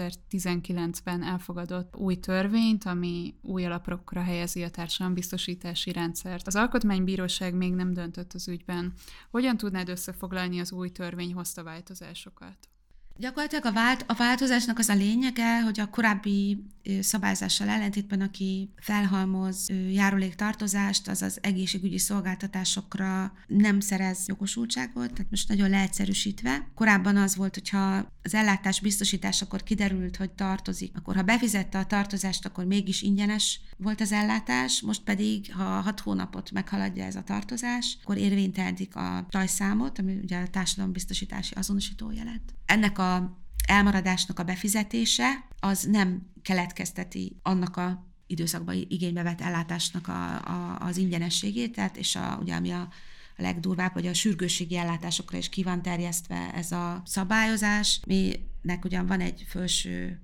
2019-ben elfogadott új törvényt, ami új alapokra helyezi a társadalombiztosítási rendszert. Az Alkotmánybíróság még nem döntött az ügyben. Hogyan tudnád összefoglalni az új törvény hozta változásokat? Gyakorlatilag a változásnak az a lényege, hogy a korábbi szabályzással ellentétben, aki felhalmoz járuléktartozást, az az egészségügyi szolgáltatásokra nem szerez jogosultságot, tehát most nagyon leegyszerűsítve. Korábban az volt, hogyha az ellátás biztosításakor kiderült, hogy tartozik, akkor ha befizette a tartozást, akkor mégis ingyenes volt az ellátás, most pedig, ha 6 hónapot meghaladja ez a tartozás, akkor érvénytelenítik a rajszámot, ami ugye a társadalombiztosítási azonosítójelet. Ennek a elmaradásnak a befizetése az nem keletkezteti annak a időszakban igénybe vett ellátásnak az ingyenességét, tehát és ugye ami a legdurvább, hogy a sürgősségi ellátásokra is ki van terjesztve ez a szabályozás, minek ugyan van egy felső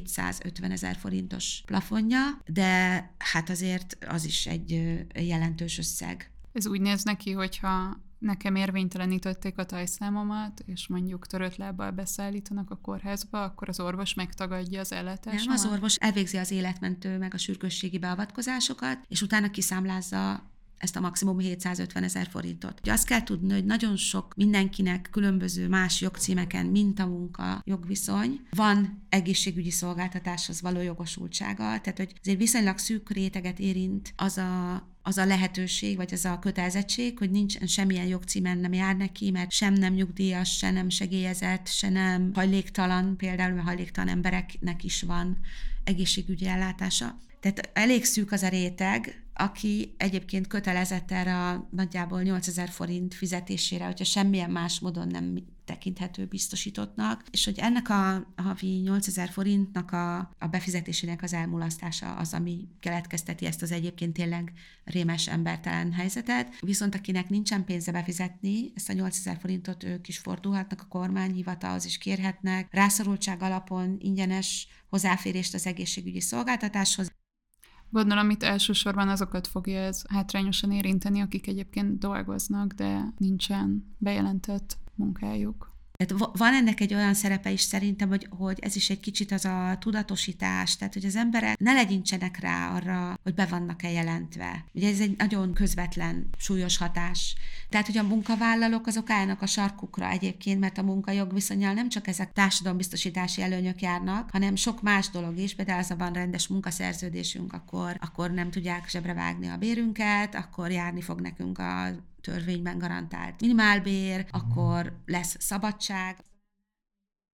750 000 forintos plafonja, de hát azért az is egy jelentős összeg. Ez úgy néz neki, hogyha nekem érvénytelenítették a tajszámomat, és mondjuk törött lábbal beszállítanak a kórházba, akkor az orvos megtagadja az ellátásomat? Nem, az orvos elvégzi az életmentő meg a sürgősségi beavatkozásokat, és utána kiszámlázza ezt a maximum 750 000 forintot. Ugye azt kell tudni, hogy nagyon sok mindenkinek különböző más jogcímeken, mint a munka jogviszony, van egészségügyi szolgáltatáshoz való jogosultsága, tehát hogy azért viszonylag szűk réteget érint az a lehetőség, vagy az a kötelezettség, hogy nincsen semmilyen jogcímen nem jár neki, mert sem nem nyugdíjas, se nem segélyezett, se nem hajléktalan, például mert hajléktalan embereknek is van egészségügyi ellátása. Tehát elég szűk az a réteg, aki egyébként kötelezett erre a nagyjából 8000 forint fizetésére, hogyha semmilyen más módon nem tekinthető biztosítottnak, és hogy ennek a havi 8000 forintnak a befizetésének az elmulasztása az, ami keletkezteti ezt az egyébként tényleg rémes embertelen helyzetet. Viszont akinek nincsen pénze befizetni, ezt a 8000 forintot ők is fordulhatnak a kormányhivatalhoz is kérhetnek, rászorultság alapon ingyenes hozzáférést az egészségügyi szolgáltatáshoz. Gondolom, itt elsősorban azokat fogja ez hátrányosan érinteni, akik egyébként dolgoznak, de nincsen bejelentett munkájuk. Tehát van ennek egy olyan szerepe is szerintem, hogy ez is egy kicsit az a tudatosítás, tehát hogy az emberek ne legyintsenek rá arra, hogy be vannak-e jelentve. Ugye ez egy nagyon közvetlen, súlyos hatás. Tehát, hogy a munkavállalók azok állnak a sarkukra egyébként, mert a munkajogviszonnyal nem csak ezek társadalombiztosítási előnyök járnak, hanem sok más dolog is, például az a van rendes munkaszerződésünk, akkor nem tudják zsebre vágni a bérünket, akkor járni fog nekünk a törvényben garantált minimálbér, akkor lesz szabadság.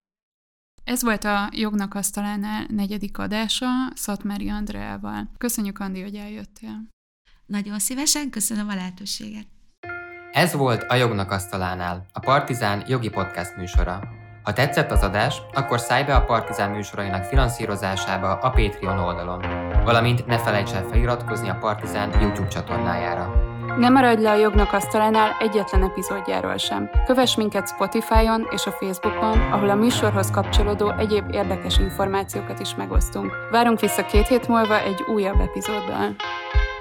Ez volt a Jognak asztalánál 4. adása Szatmári Andreával. Köszönjük, Andi, hogy eljöttél. Nagyon szívesen, köszönöm a lehetőséget. Ez volt a Jognak asztalánál, a Partizán jogi podcast műsora. Ha tetszett az adás, akkor szállj be a Partizán műsorainak finanszírozásába a Patreon oldalon, valamint ne felejts el feliratkozni a Partizán YouTube csatornájára. Ne maradj le a Jognak asztalánál egyetlen epizódjáról sem. Kövess minket Spotify-on és a Facebookon, ahol a műsorhoz kapcsolódó egyéb érdekes információkat is megosztunk. Várunk vissza 2 hét múlva egy újabb epizóddal.